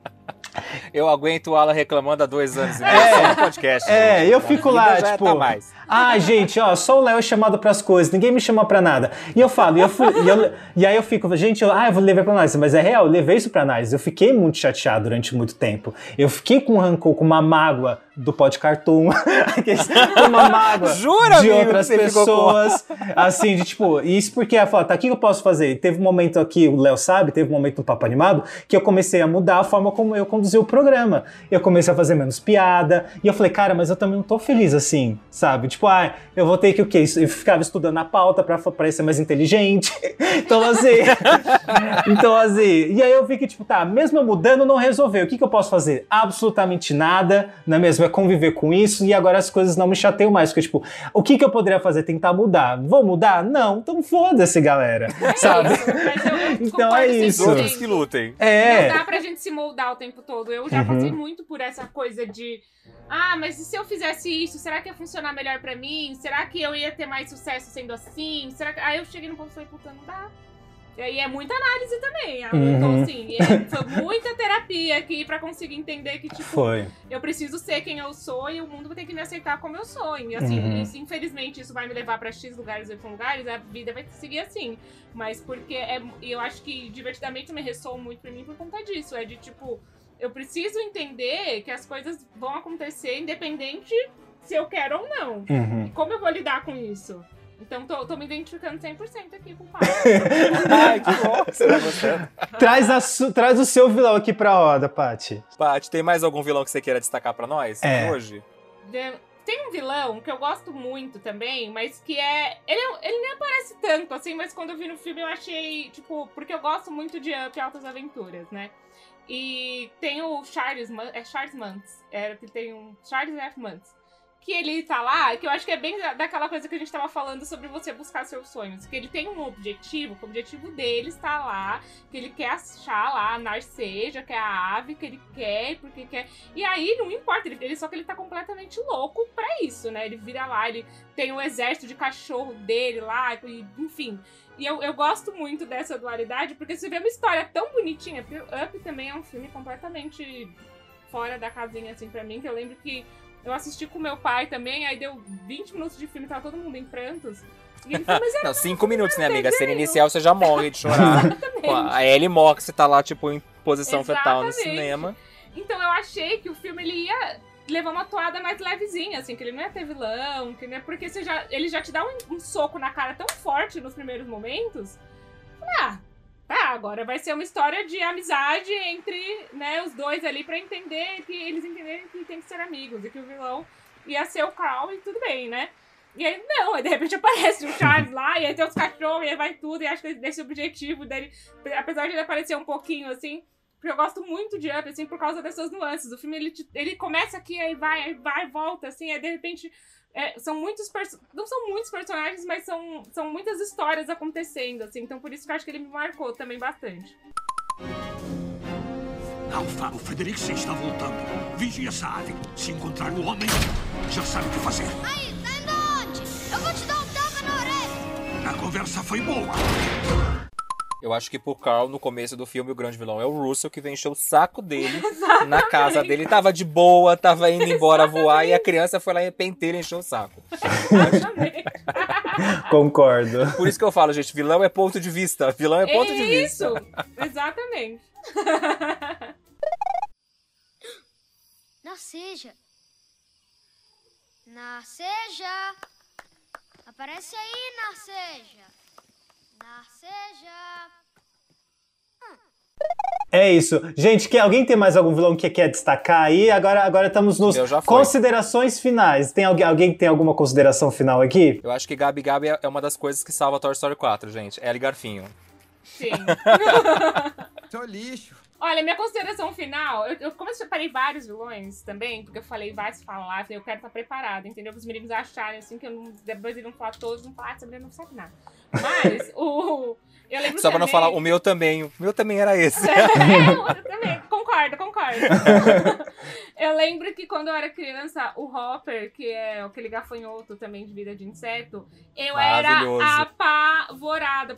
Eu aguento o Alan reclamando há 2 anos e meio no podcast. Gente. Eu fico lá, tipo... Tá mais. Gente, ó, só o Léo é chamado pras coisas, ninguém me chama pra nada. E eu falo, e aí eu fico, gente, eu vou levar pra análise, mas é real, eu levei isso pra análise. Eu fiquei muito chateado durante muito tempo. Eu fiquei com um rancor, com uma mágoa do Pod Cartoon, com uma mágoa de outras pessoas, assim, de tipo, isso porque ela fala, tá, o que eu posso fazer? Teve um momento aqui, o Léo sabe, teve um momento no Papo Animado, que eu comecei a mudar a forma como eu conduzi o programa. Eu comecei a fazer menos piada, e eu falei, cara, mas eu também não tô feliz assim, sabe? Tipo, eu vou ter que o quê? Eu ficava estudando a pauta pra parecer mais inteligente. Então assim, e aí eu vi que, tipo, tá, mesmo eu mudando, não resolveu. O que eu posso fazer? Absolutamente nada, não é mesmo? É conviver com isso, e agora as coisas não me chateiam mais. Porque, tipo, o que eu poderia fazer? Tentar mudar. Vou mudar? Não, então foda-se, galera. Sabe? Então é isso. Outros que lutem. Não dá pra gente se moldar o tempo todo. Eu já passei muito por essa coisa de... mas e se eu fizesse isso, será que ia funcionar melhor pra mim? Será que eu ia ter mais sucesso sendo assim? Aí eu cheguei no ponto e falei, puta, não dá. E aí é muita análise também. Então, assim, foi muita terapia aqui pra conseguir entender que, tipo, eu preciso ser quem eu sou e o mundo vai ter que me aceitar como eu sou. E, assim, infelizmente, isso vai me levar pra X lugares ou Y lugares, a vida vai seguir assim. Mas porque eu acho que Divertidamente me ressoa muito pra mim por conta disso. É de, tipo, eu preciso entender que as coisas vão acontecer independente se eu quero ou não. E como eu vou lidar com isso? Então tô me identificando 100% aqui com o pai. Ai, que bom. Você tá gostando? Traz o seu vilão aqui pra roda, Paty. Paty, tem mais algum vilão que você queira destacar pra nós hoje? Tem um vilão que eu gosto muito também, mas que é... Ele nem aparece tanto, assim, mas quando eu vi no filme eu achei, tipo... Porque eu gosto muito de Up e Altas Aventuras, né? E tem o Charles Mantz. Tem um Charles F. Mantz. Que ele tá lá, que eu acho que é bem daquela coisa que a gente tava falando sobre você buscar seus sonhos. Que ele tem um objetivo, que o objetivo dele está lá, que ele quer achar lá a Narceja, que é a ave que ele quer, porque quer... E aí, não importa, só que ele tá completamente louco pra isso, né? Ele vira lá, ele tem o exército de cachorro dele lá, enfim... E eu gosto muito dessa dualidade, porque você vê uma história tão bonitinha, porque Up também é um filme completamente fora da casinha, assim, pra mim, que eu lembro que eu assisti com meu pai também, aí deu 20 minutos de filme, tava todo mundo em prantos. E ele falou, mas era 5 minutos, né, amiga? A cena inicial você já morre de chorar. A Ellie morre, você tá lá, tipo, em posição fetal no cinema. Então eu achei que o filme, ele ia levar uma toada mais levezinha, assim, que ele não ia ter vilão, que, né, porque ele já te dá um soco na cara tão forte nos primeiros momentos. Agora vai ser uma história de amizade entre, né, os dois ali pra entender que eles entenderem que tem que ser amigos e que o vilão ia ser o Carl e tudo bem, né? E aí, não, aí de repente aparece o Charles lá, e aí tem os cachorros, e aí vai tudo, e acho que desse objetivo dele, apesar de ele aparecer um pouquinho, assim, porque eu gosto muito de Up, assim, por causa dessas nuances. O filme, ele começa aqui, aí vai, volta, assim, aí de repente... não são muitos personagens, mas são muitas histórias acontecendo, assim. Então por isso que eu acho que ele me marcou também bastante. Alfa, o Frederiksen está voltando. Vigie essa ave. Se encontrar o homem, já sabe o que fazer. Aí, tá indo onde? Eu vou te dar um tapa na orelha. A conversa foi boa. Eu acho que pro Carl, no começo do filme, o grande vilão é o Russell, que vem encher o saco dele na casa dele. Tava de boa, tava indo embora voar, e a criança foi lá em penteira e encheu o saco. Concordo. Por isso que eu falo, gente, vilão é ponto de vista. Vilão é ponto de vista. Isso, exatamente. Narceja. Narceja. Aparece aí, Narceja. Narceja. É isso. Gente, alguém tem mais algum vilão que quer destacar aí? Agora estamos nos considerações finais. Tem alguém que tem alguma consideração final aqui? Eu acho que Gabi é uma das coisas que salva Toy Story 4, gente. Ela e Garfinho. Sim. Seu lixo. Olha, minha consideração final, eu separei vários vilões também, porque eu falei, vai se falar, eu quero estar preparada, entendeu? Para os meninos acharem, assim, que depois eles vão falar todos, vão falar, essa mulher não sabe nada. Mas, eu lembro só pra não falar, o meu também era esse. Eu também, concordo. Eu lembro que quando eu era criança, o Hopper, que é aquele gafanhoto também de vida de inseto, eu era apavorada.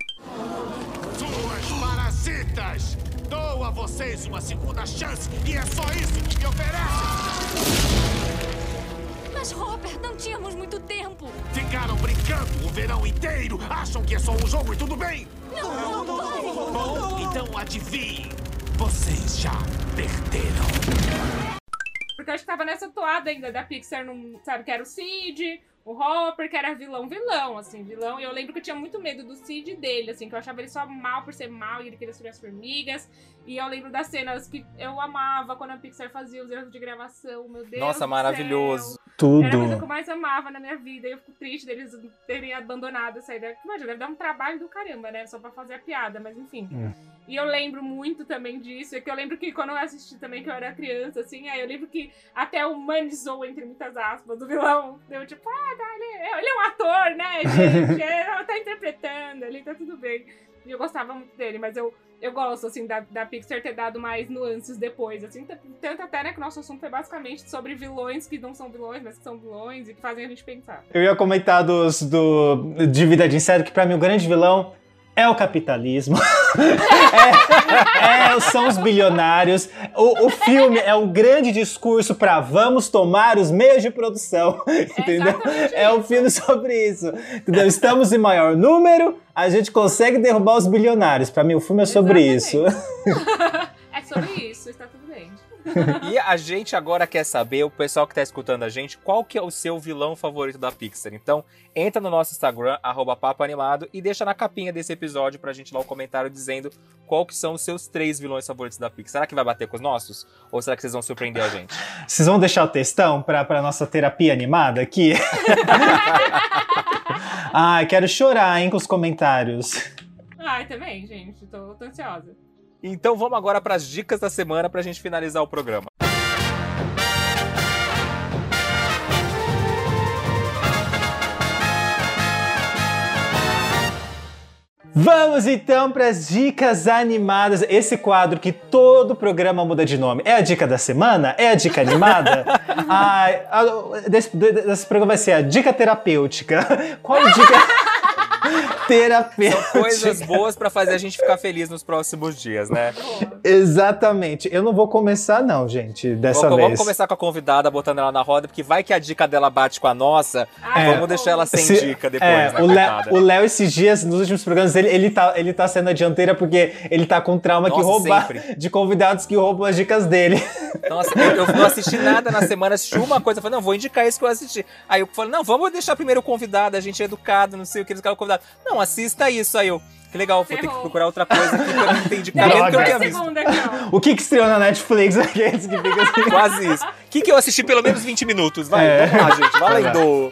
Suas parasitas! Dou a vocês uma segunda chance e é só isso que me oferecem! Mas, Hopper, não tínhamos muito tempo. Ficaram brincando o verão inteiro. Acham que é só um jogo e tudo bem? Não. Bom, então adivinhem. Vocês já perderam. Porque eu acho que tava nessa toada ainda da Pixar, não sabe, que era o Sid, o Hopper, que era vilão, assim, vilão. E eu lembro que eu tinha muito medo do Sid dele, assim, que eu achava ele só mal por ser mal e ele queria destruir as formigas. E eu lembro das cenas que eu amava quando a Pixar fazia os erros de gravação, meu Deus. Nossa, maravilhoso. Tudo. Era a coisa que eu mais amava na minha vida. E eu fico triste deles terem abandonado essa ideia. Imagina, deve dar um trabalho do caramba, né? Só pra fazer a piada, mas enfim. E eu lembro muito também disso. É que eu lembro que quando eu assisti também, que eu era criança, assim, aí eu lembro que até humanizou, entre muitas aspas, do vilão. Deu tipo, ele é um ator, né, gente? Ele tá interpretando ali, tá tudo bem. E eu gostava muito dele, mas eu gosto, assim, da Pixar ter dado mais nuances depois, assim, tanto até, né, que o nosso assunto foi basicamente sobre vilões que não são vilões, mas que são vilões e que fazem a gente pensar. Eu ia comentar de Vida de Inseto, que pra mim o grande vilão é o capitalismo. São os bilionários. O filme é um grande discurso para vamos tomar os meios de produção. Entendeu? É um filme sobre isso. Entendeu? Estamos em maior número, a gente consegue derrubar os bilionários. Para mim, o filme é sobre isso. É sobre isso, está tudo bem. E a gente agora quer saber, o pessoal que tá escutando a gente, qual que é o seu vilão favorito da Pixar. Então, entra no nosso Instagram, @papoanimado, e deixa na capinha desse episódio pra gente lá um comentário dizendo qual que são os seus 3 vilões favoritos da Pixar. Será que vai bater com os nossos? Ou será que vocês vão surpreender a gente? Vocês vão deixar o textão pra nossa terapia animada aqui? Ai, quero chorar, hein, com os comentários. Ai, também, gente. Tô ansiosa. Então vamos agora para as dicas da semana pra gente finalizar o programa. Vamos então para as dicas animadas. Esse quadro que todo programa muda de nome. É a dica da semana? É a dica animada? Desse programa vai ser a dica terapêutica. Qual dica terapêutica? São coisas boas pra fazer a gente ficar feliz nos próximos dias, né? Exatamente. Eu não vou começar não, gente, dessa vez. Vamos começar com a convidada, botando ela na roda, porque vai que a dica dela bate com a nossa. Vamos deixar ela sem dica depois, né, o Léo, esses dias, nos últimos programas, ele tá sendo a dianteira porque ele tá com trauma de convidados que roubam as dicas dele. Nossa, eu não assisti nada na semana, assisti uma coisa, eu falei, não, vou indicar isso que eu assisti. Aí eu falei, não, vamos deixar primeiro o convidado, a gente é educado, não sei o que, eles querem o convidado. Não, assista isso. Aí eu, que legal, vou ter que procurar outra coisa aqui que eu não entendi. Que eu tinha visto. O que estreou na Netflix? Aqueles que ficam assim. Quase isso. O que eu assisti pelo menos 20 minutos? Vai, vamos lá, gente, valendo.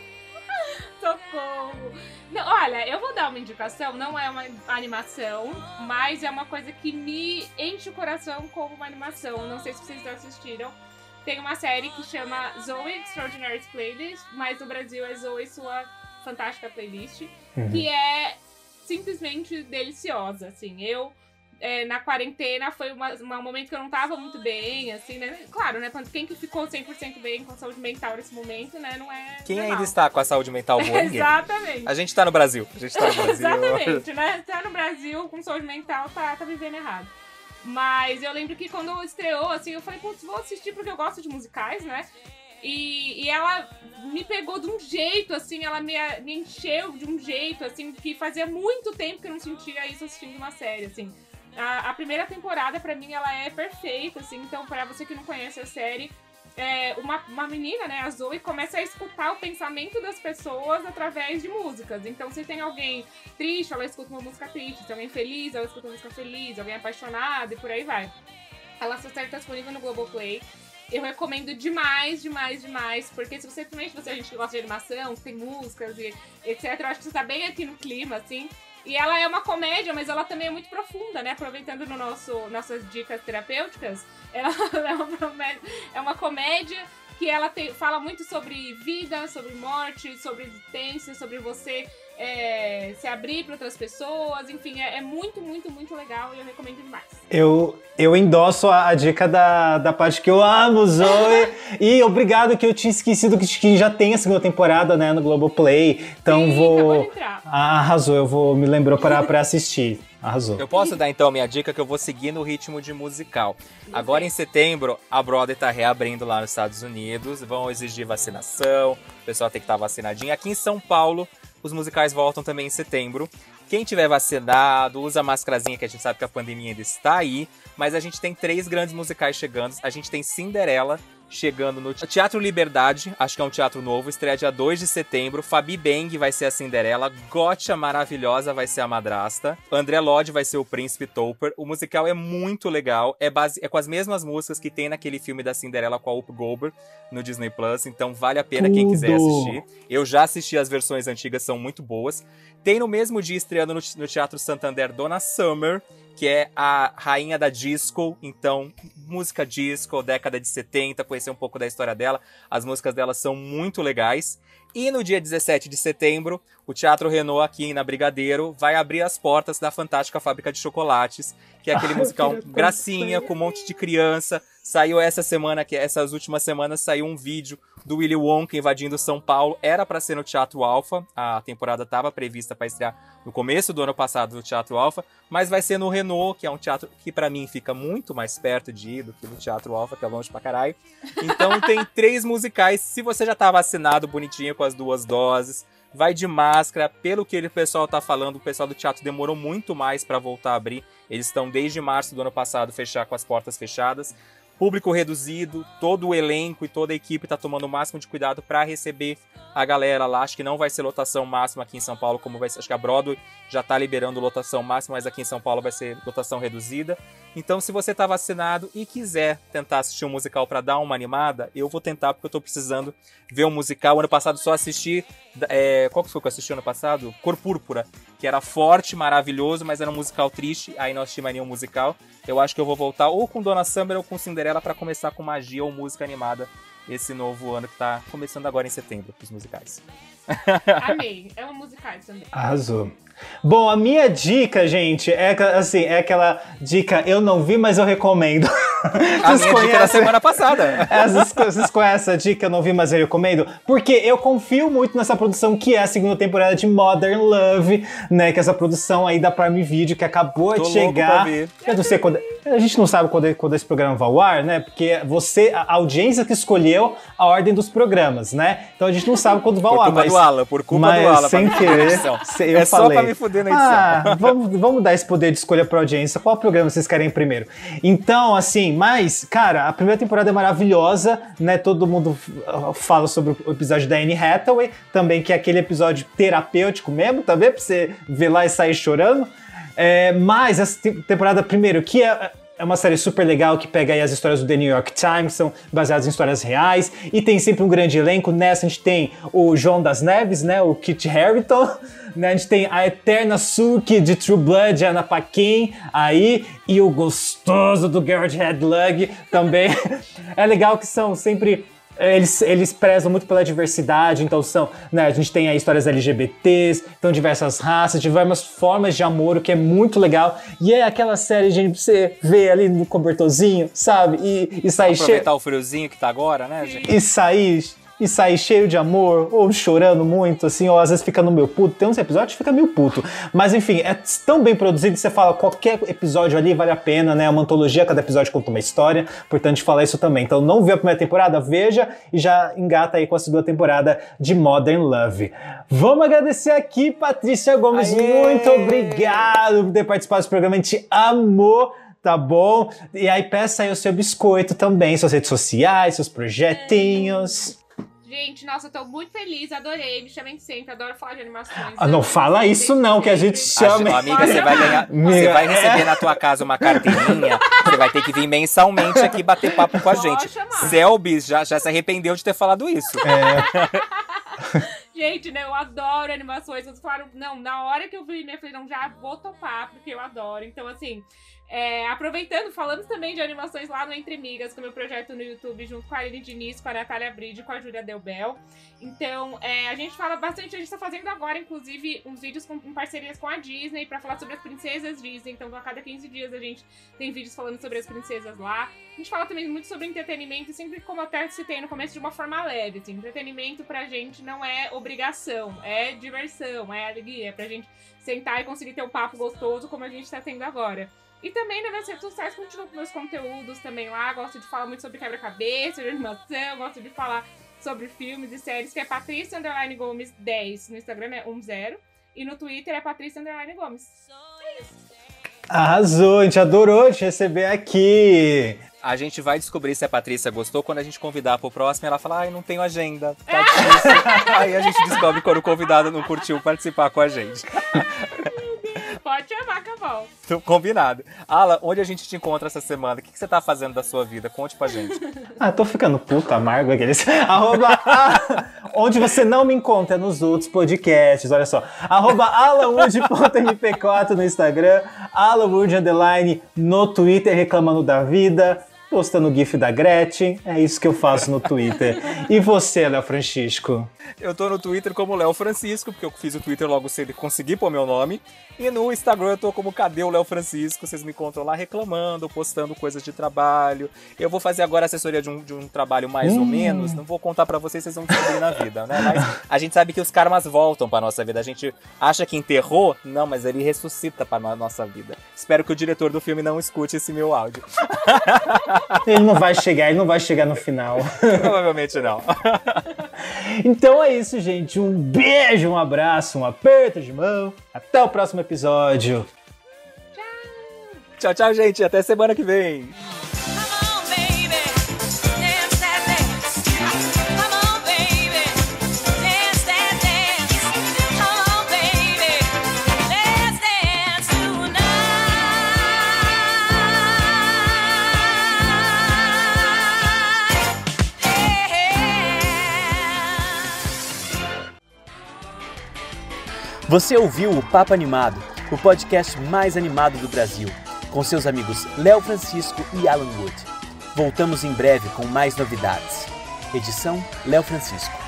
Socorro. Não, olha, eu vou dar uma indicação, não é uma animação, mas é uma coisa que me enche o coração como uma animação. Não sei se vocês já assistiram. Tem uma série que chama Zoe Extraordinary Playlist, mas no Brasil é Zoe Sua Fantástica Playlist, que é simplesmente deliciosa, assim. Eu, na quarentena, foi um momento que eu não tava muito bem, assim, né? Claro, né? Quem que ficou 100% bem com a saúde mental nesse momento, né? Não é Quem normal. ainda está com a saúde mental boa? Exatamente. A gente tá no Brasil. Exatamente, né? Tá no Brasil com saúde mental, tá vivendo errado. Mas eu lembro que quando estreou, assim, eu falei, putz, vou assistir porque eu gosto de musicais, né? E ela me pegou de um jeito, assim, ela me encheu de um jeito, assim, que fazia muito tempo que eu não sentia isso assistindo uma série, assim. A primeira temporada, pra mim, ela é perfeita, assim, então, pra você que não conhece a série, uma menina, né, a Zoe, começa a escutar o pensamento das pessoas através de músicas. Então, se tem alguém triste, ela escuta uma música triste, se tem alguém feliz, ela escuta uma música feliz, alguém apaixonado e por aí vai. Ela está disponível no Globoplay. Eu recomendo demais, porque se você também, a gente gosta de animação, tem músicas e etc, eu acho que você tá bem aqui no clima, assim. E ela é uma comédia, mas ela também é muito profunda, né? Aproveitando nossas dicas terapêuticas, ela é uma comédia que ela fala muito sobre vida, sobre morte, sobre existência, sobre você se abrir para outras pessoas, enfim, é muito, muito, muito legal e eu recomendo demais. Eu endosso a dica da parte que eu amo, Zoe, e obrigado que eu tinha esquecido que já tem a segunda temporada, né, no Globoplay, então Sim, arrasou, me lembrou para assistir. Arrasou. Eu posso dar então a minha dica que eu vou seguir no ritmo de musical. Agora em setembro, a Broadway tá reabrindo lá nos Estados Unidos, vão exigir vacinação, o pessoal tem que estar vacinadinho. Aqui em São Paulo, os musicais voltam também em setembro. Quem tiver vacinado, usa a máscarazinha, que a gente sabe que a pandemia ainda está aí. Mas a gente tem 3 grandes musicais chegando. A gente tem Cinderela chegando no Teatro Liberdade, acho que é um teatro novo, estreia dia 2 de setembro. Fabi Beng vai ser a Cinderela, Gotcha Maravilhosa vai ser a Madrasta, André Lodge vai ser o Príncipe Topper. O musical é muito legal, é com as mesmas músicas que tem naquele filme da Cinderela com a Whoopi Goldberg no Disney Plus, então vale a pena quem quiser assistir. Eu já assisti as versões antigas, são muito boas. Tem no mesmo dia estreando no Teatro Santander Donna Summer, que é a rainha da disco, então música disco, década de 70, conhecer um pouco da história dela, as músicas dela são muito legais. E no dia 17 de setembro, o Teatro Renault aqui na Brigadeiro vai abrir as portas da Fantástica Fábrica de Chocolates, que é aquele musical gracinha, com um monte de criança. Saiu essas últimas semanas, saiu um vídeo do Willy Wonka invadindo São Paulo. Era para ser no Teatro Alfa, a temporada estava prevista para estrear no começo do ano passado no Teatro Alfa, mas vai ser no Renault, que é um teatro que para mim fica muito mais perto de ir do que no Teatro Alfa, que é longe pra caralho. Então tem 3 musicais, se você já tá vacinado bonitinho com as 2 doses, vai de máscara. Pelo que o pessoal tá falando, o pessoal do teatro demorou muito mais para voltar a abrir. Eles estão desde março do ano passado com as portas fechadas. público reduzido, todo o elenco e toda a equipe tá tomando o máximo de cuidado para receber a galera lá. Acho que não vai ser lotação máxima aqui em São Paulo, como vai ser. Acho que a Broadway já tá liberando lotação máxima, mas aqui em São Paulo vai ser lotação reduzida. Então, se você tá vacinado e quiser tentar assistir um musical para dar uma animada, eu vou tentar, porque eu tô precisando ver um musical. Ano passado só assisti... qual que foi que eu assisti ano passado? Cor Púrpura, que era forte, maravilhoso, mas era um musical triste. Aí não assisti mais nenhum musical. Eu acho que eu vou voltar ou com Dona Summer ou com Cinderela para começar com magia ou música animada esse novo ano que tá começando agora em setembro, os musicais. Amei. É um musical também. Arrasou. Bom, a minha dica, gente, é aquela dica eu não vi, mas eu recomendo. A minha dica da semana passada. Vocês conhecem a dica eu não vi, mas eu recomendo? Porque eu confio muito nessa produção que é a segunda temporada de Modern Love, né? Que é essa produção aí da Prime Video que acabou de chegar. Eu não sei quando. A gente não sabe quando esse programa vai ao ar, né? Porque a audiência que escolheu a ordem dos programas, né? Então a gente não sabe quando vai ao ar. Por culpa do Alan. Sem querer. Eu só pra me fuder na edição. Vamos dar esse poder de escolha pra audiência. Qual programa vocês querem primeiro? Então, assim, mas, cara, a primeira temporada é maravilhosa, né? Todo mundo fala sobre o episódio da Anne Hathaway, também, que é aquele episódio terapêutico mesmo, tá vendo? Pra você ver lá e sair chorando. Mas essa temporada, primeiro, que é uma série super legal que pega aí as histórias do The New York Times, são baseadas em histórias reais, e tem sempre um grande elenco. Nessa a gente tem o João das Neves, né, o Kit Harington, né, a gente tem a eterna Suki de True Blood, Anna Paquin, aí, e o gostoso do Garrett Hedlund também. É legal que são sempre... Eles prezam muito pela diversidade, então né, a gente tem aí histórias LGBTs, então diversas raças, diversas formas de amor, o que é muito legal. E é aquela série, gente, pra você ver ali no cobertorzinho, sabe? E sair cheio... Aproveitar o friozinho que tá agora, né, gente? E sair cheio de amor, ou chorando muito, assim, ou às vezes fica no meio puto. Tem uns episódios que fica meio puto. Mas enfim, é tão bem produzido que você fala, qualquer episódio ali vale a pena, né? É uma antologia, cada episódio conta uma história. Importante falar isso também. Então não viu a primeira temporada? Veja e já engata aí com a segunda temporada de Modern Love. Vamos agradecer aqui, Patrícia Gomes. Aê! Muito obrigado por ter participado desse programa. A gente amou. Tá bom? E aí peça aí o seu biscoito também, suas redes sociais, seus projetinhos. Gente, nossa, eu tô muito feliz, adorei, me chamem sempre, adoro falar de animações. Não fala isso não, que a gente chama. Amiga, você vai ganhar, você vai receber na tua casa uma carteirinha, você vai ter que vir mensalmente aqui bater papo com a gente. Selby já se arrependeu de ter falado isso. Gente, né, eu adoro animações, vocês falaram, não, na hora que eu vi, eu falei, não, já vou topar, porque eu adoro. Então, assim, aproveitando, falamos também de animações lá no Entre Migas, com o meu projeto no YouTube, junto com a Aline Diniz, com a Natália Bride e com a Júlia Delbel. Então, a gente fala bastante, a gente tá fazendo agora, inclusive, uns vídeos em parcerias com a Disney, pra falar sobre as princesas Disney. Então, a cada 15 dias a gente tem vídeos falando sobre as princesas lá. A gente fala também muito sobre entretenimento, sempre como eu até citei no começo, de uma forma leve, assim. Entretenimento pra gente não é obrigação, é diversão, é alegria, é pra gente sentar e conseguir ter um papo gostoso como a gente tá tendo agora. E também nas minhas redes sociais continuo com meus conteúdos também lá, gosto de falar muito sobre quebra-cabeça, de animação, gosto de falar sobre filmes e séries, que é Patrícia_Gomes 10, no Instagram é 10, e no Twitter é Patrícia_Gomes. É isso. Arrasou, a gente adorou te receber aqui. A gente vai descobrir se a Patrícia gostou quando a gente convidar pro próximo e ela falar, não tenho agenda, tá difícil. Aí a gente descobre quando o convidado não curtiu participar com a gente. Pode chamar, Cabal. Combinado. Ala, onde a gente te encontra essa semana? O que você tá fazendo da sua vida? Conte pra gente. Tô ficando puto, amargo aqueles. Onde você não me encontra nos outros podcasts, olha só. @alawood.mp4 no Instagram, alawood_ no Twitter, reclamando da vida, postando o gif da Gretchen. É isso que eu faço no Twitter. E você, Léo Francisco? Eu tô no Twitter como Léo Francisco, porque eu fiz o Twitter logo cedo e consegui pôr meu nome. E no Instagram eu tô como Cadê o Léo Francisco? Vocês me encontram lá reclamando, postando coisas de trabalho. Eu vou fazer agora a assessoria de um trabalho mais ou menos. Não vou contar pra vocês vão descobrir na vida, né? Mas a gente sabe que os karmas voltam pra nossa vida. A gente acha que enterrou, não, mas ele ressuscita pra nossa vida. Espero que o diretor do filme não escute esse meu áudio. Ele não vai chegar no final. Provavelmente não. Então é isso, gente. Um beijo, um abraço, um aperto de mão. Até o próximo episódio. Tchau, tchau, gente. Até semana que vem. Come on, baby. Você ouviu o Papo Animado, o podcast mais animado do Brasil, com seus amigos Léo Francisco e Alan Wood. Voltamos em breve com mais novidades. Edição Léo Francisco.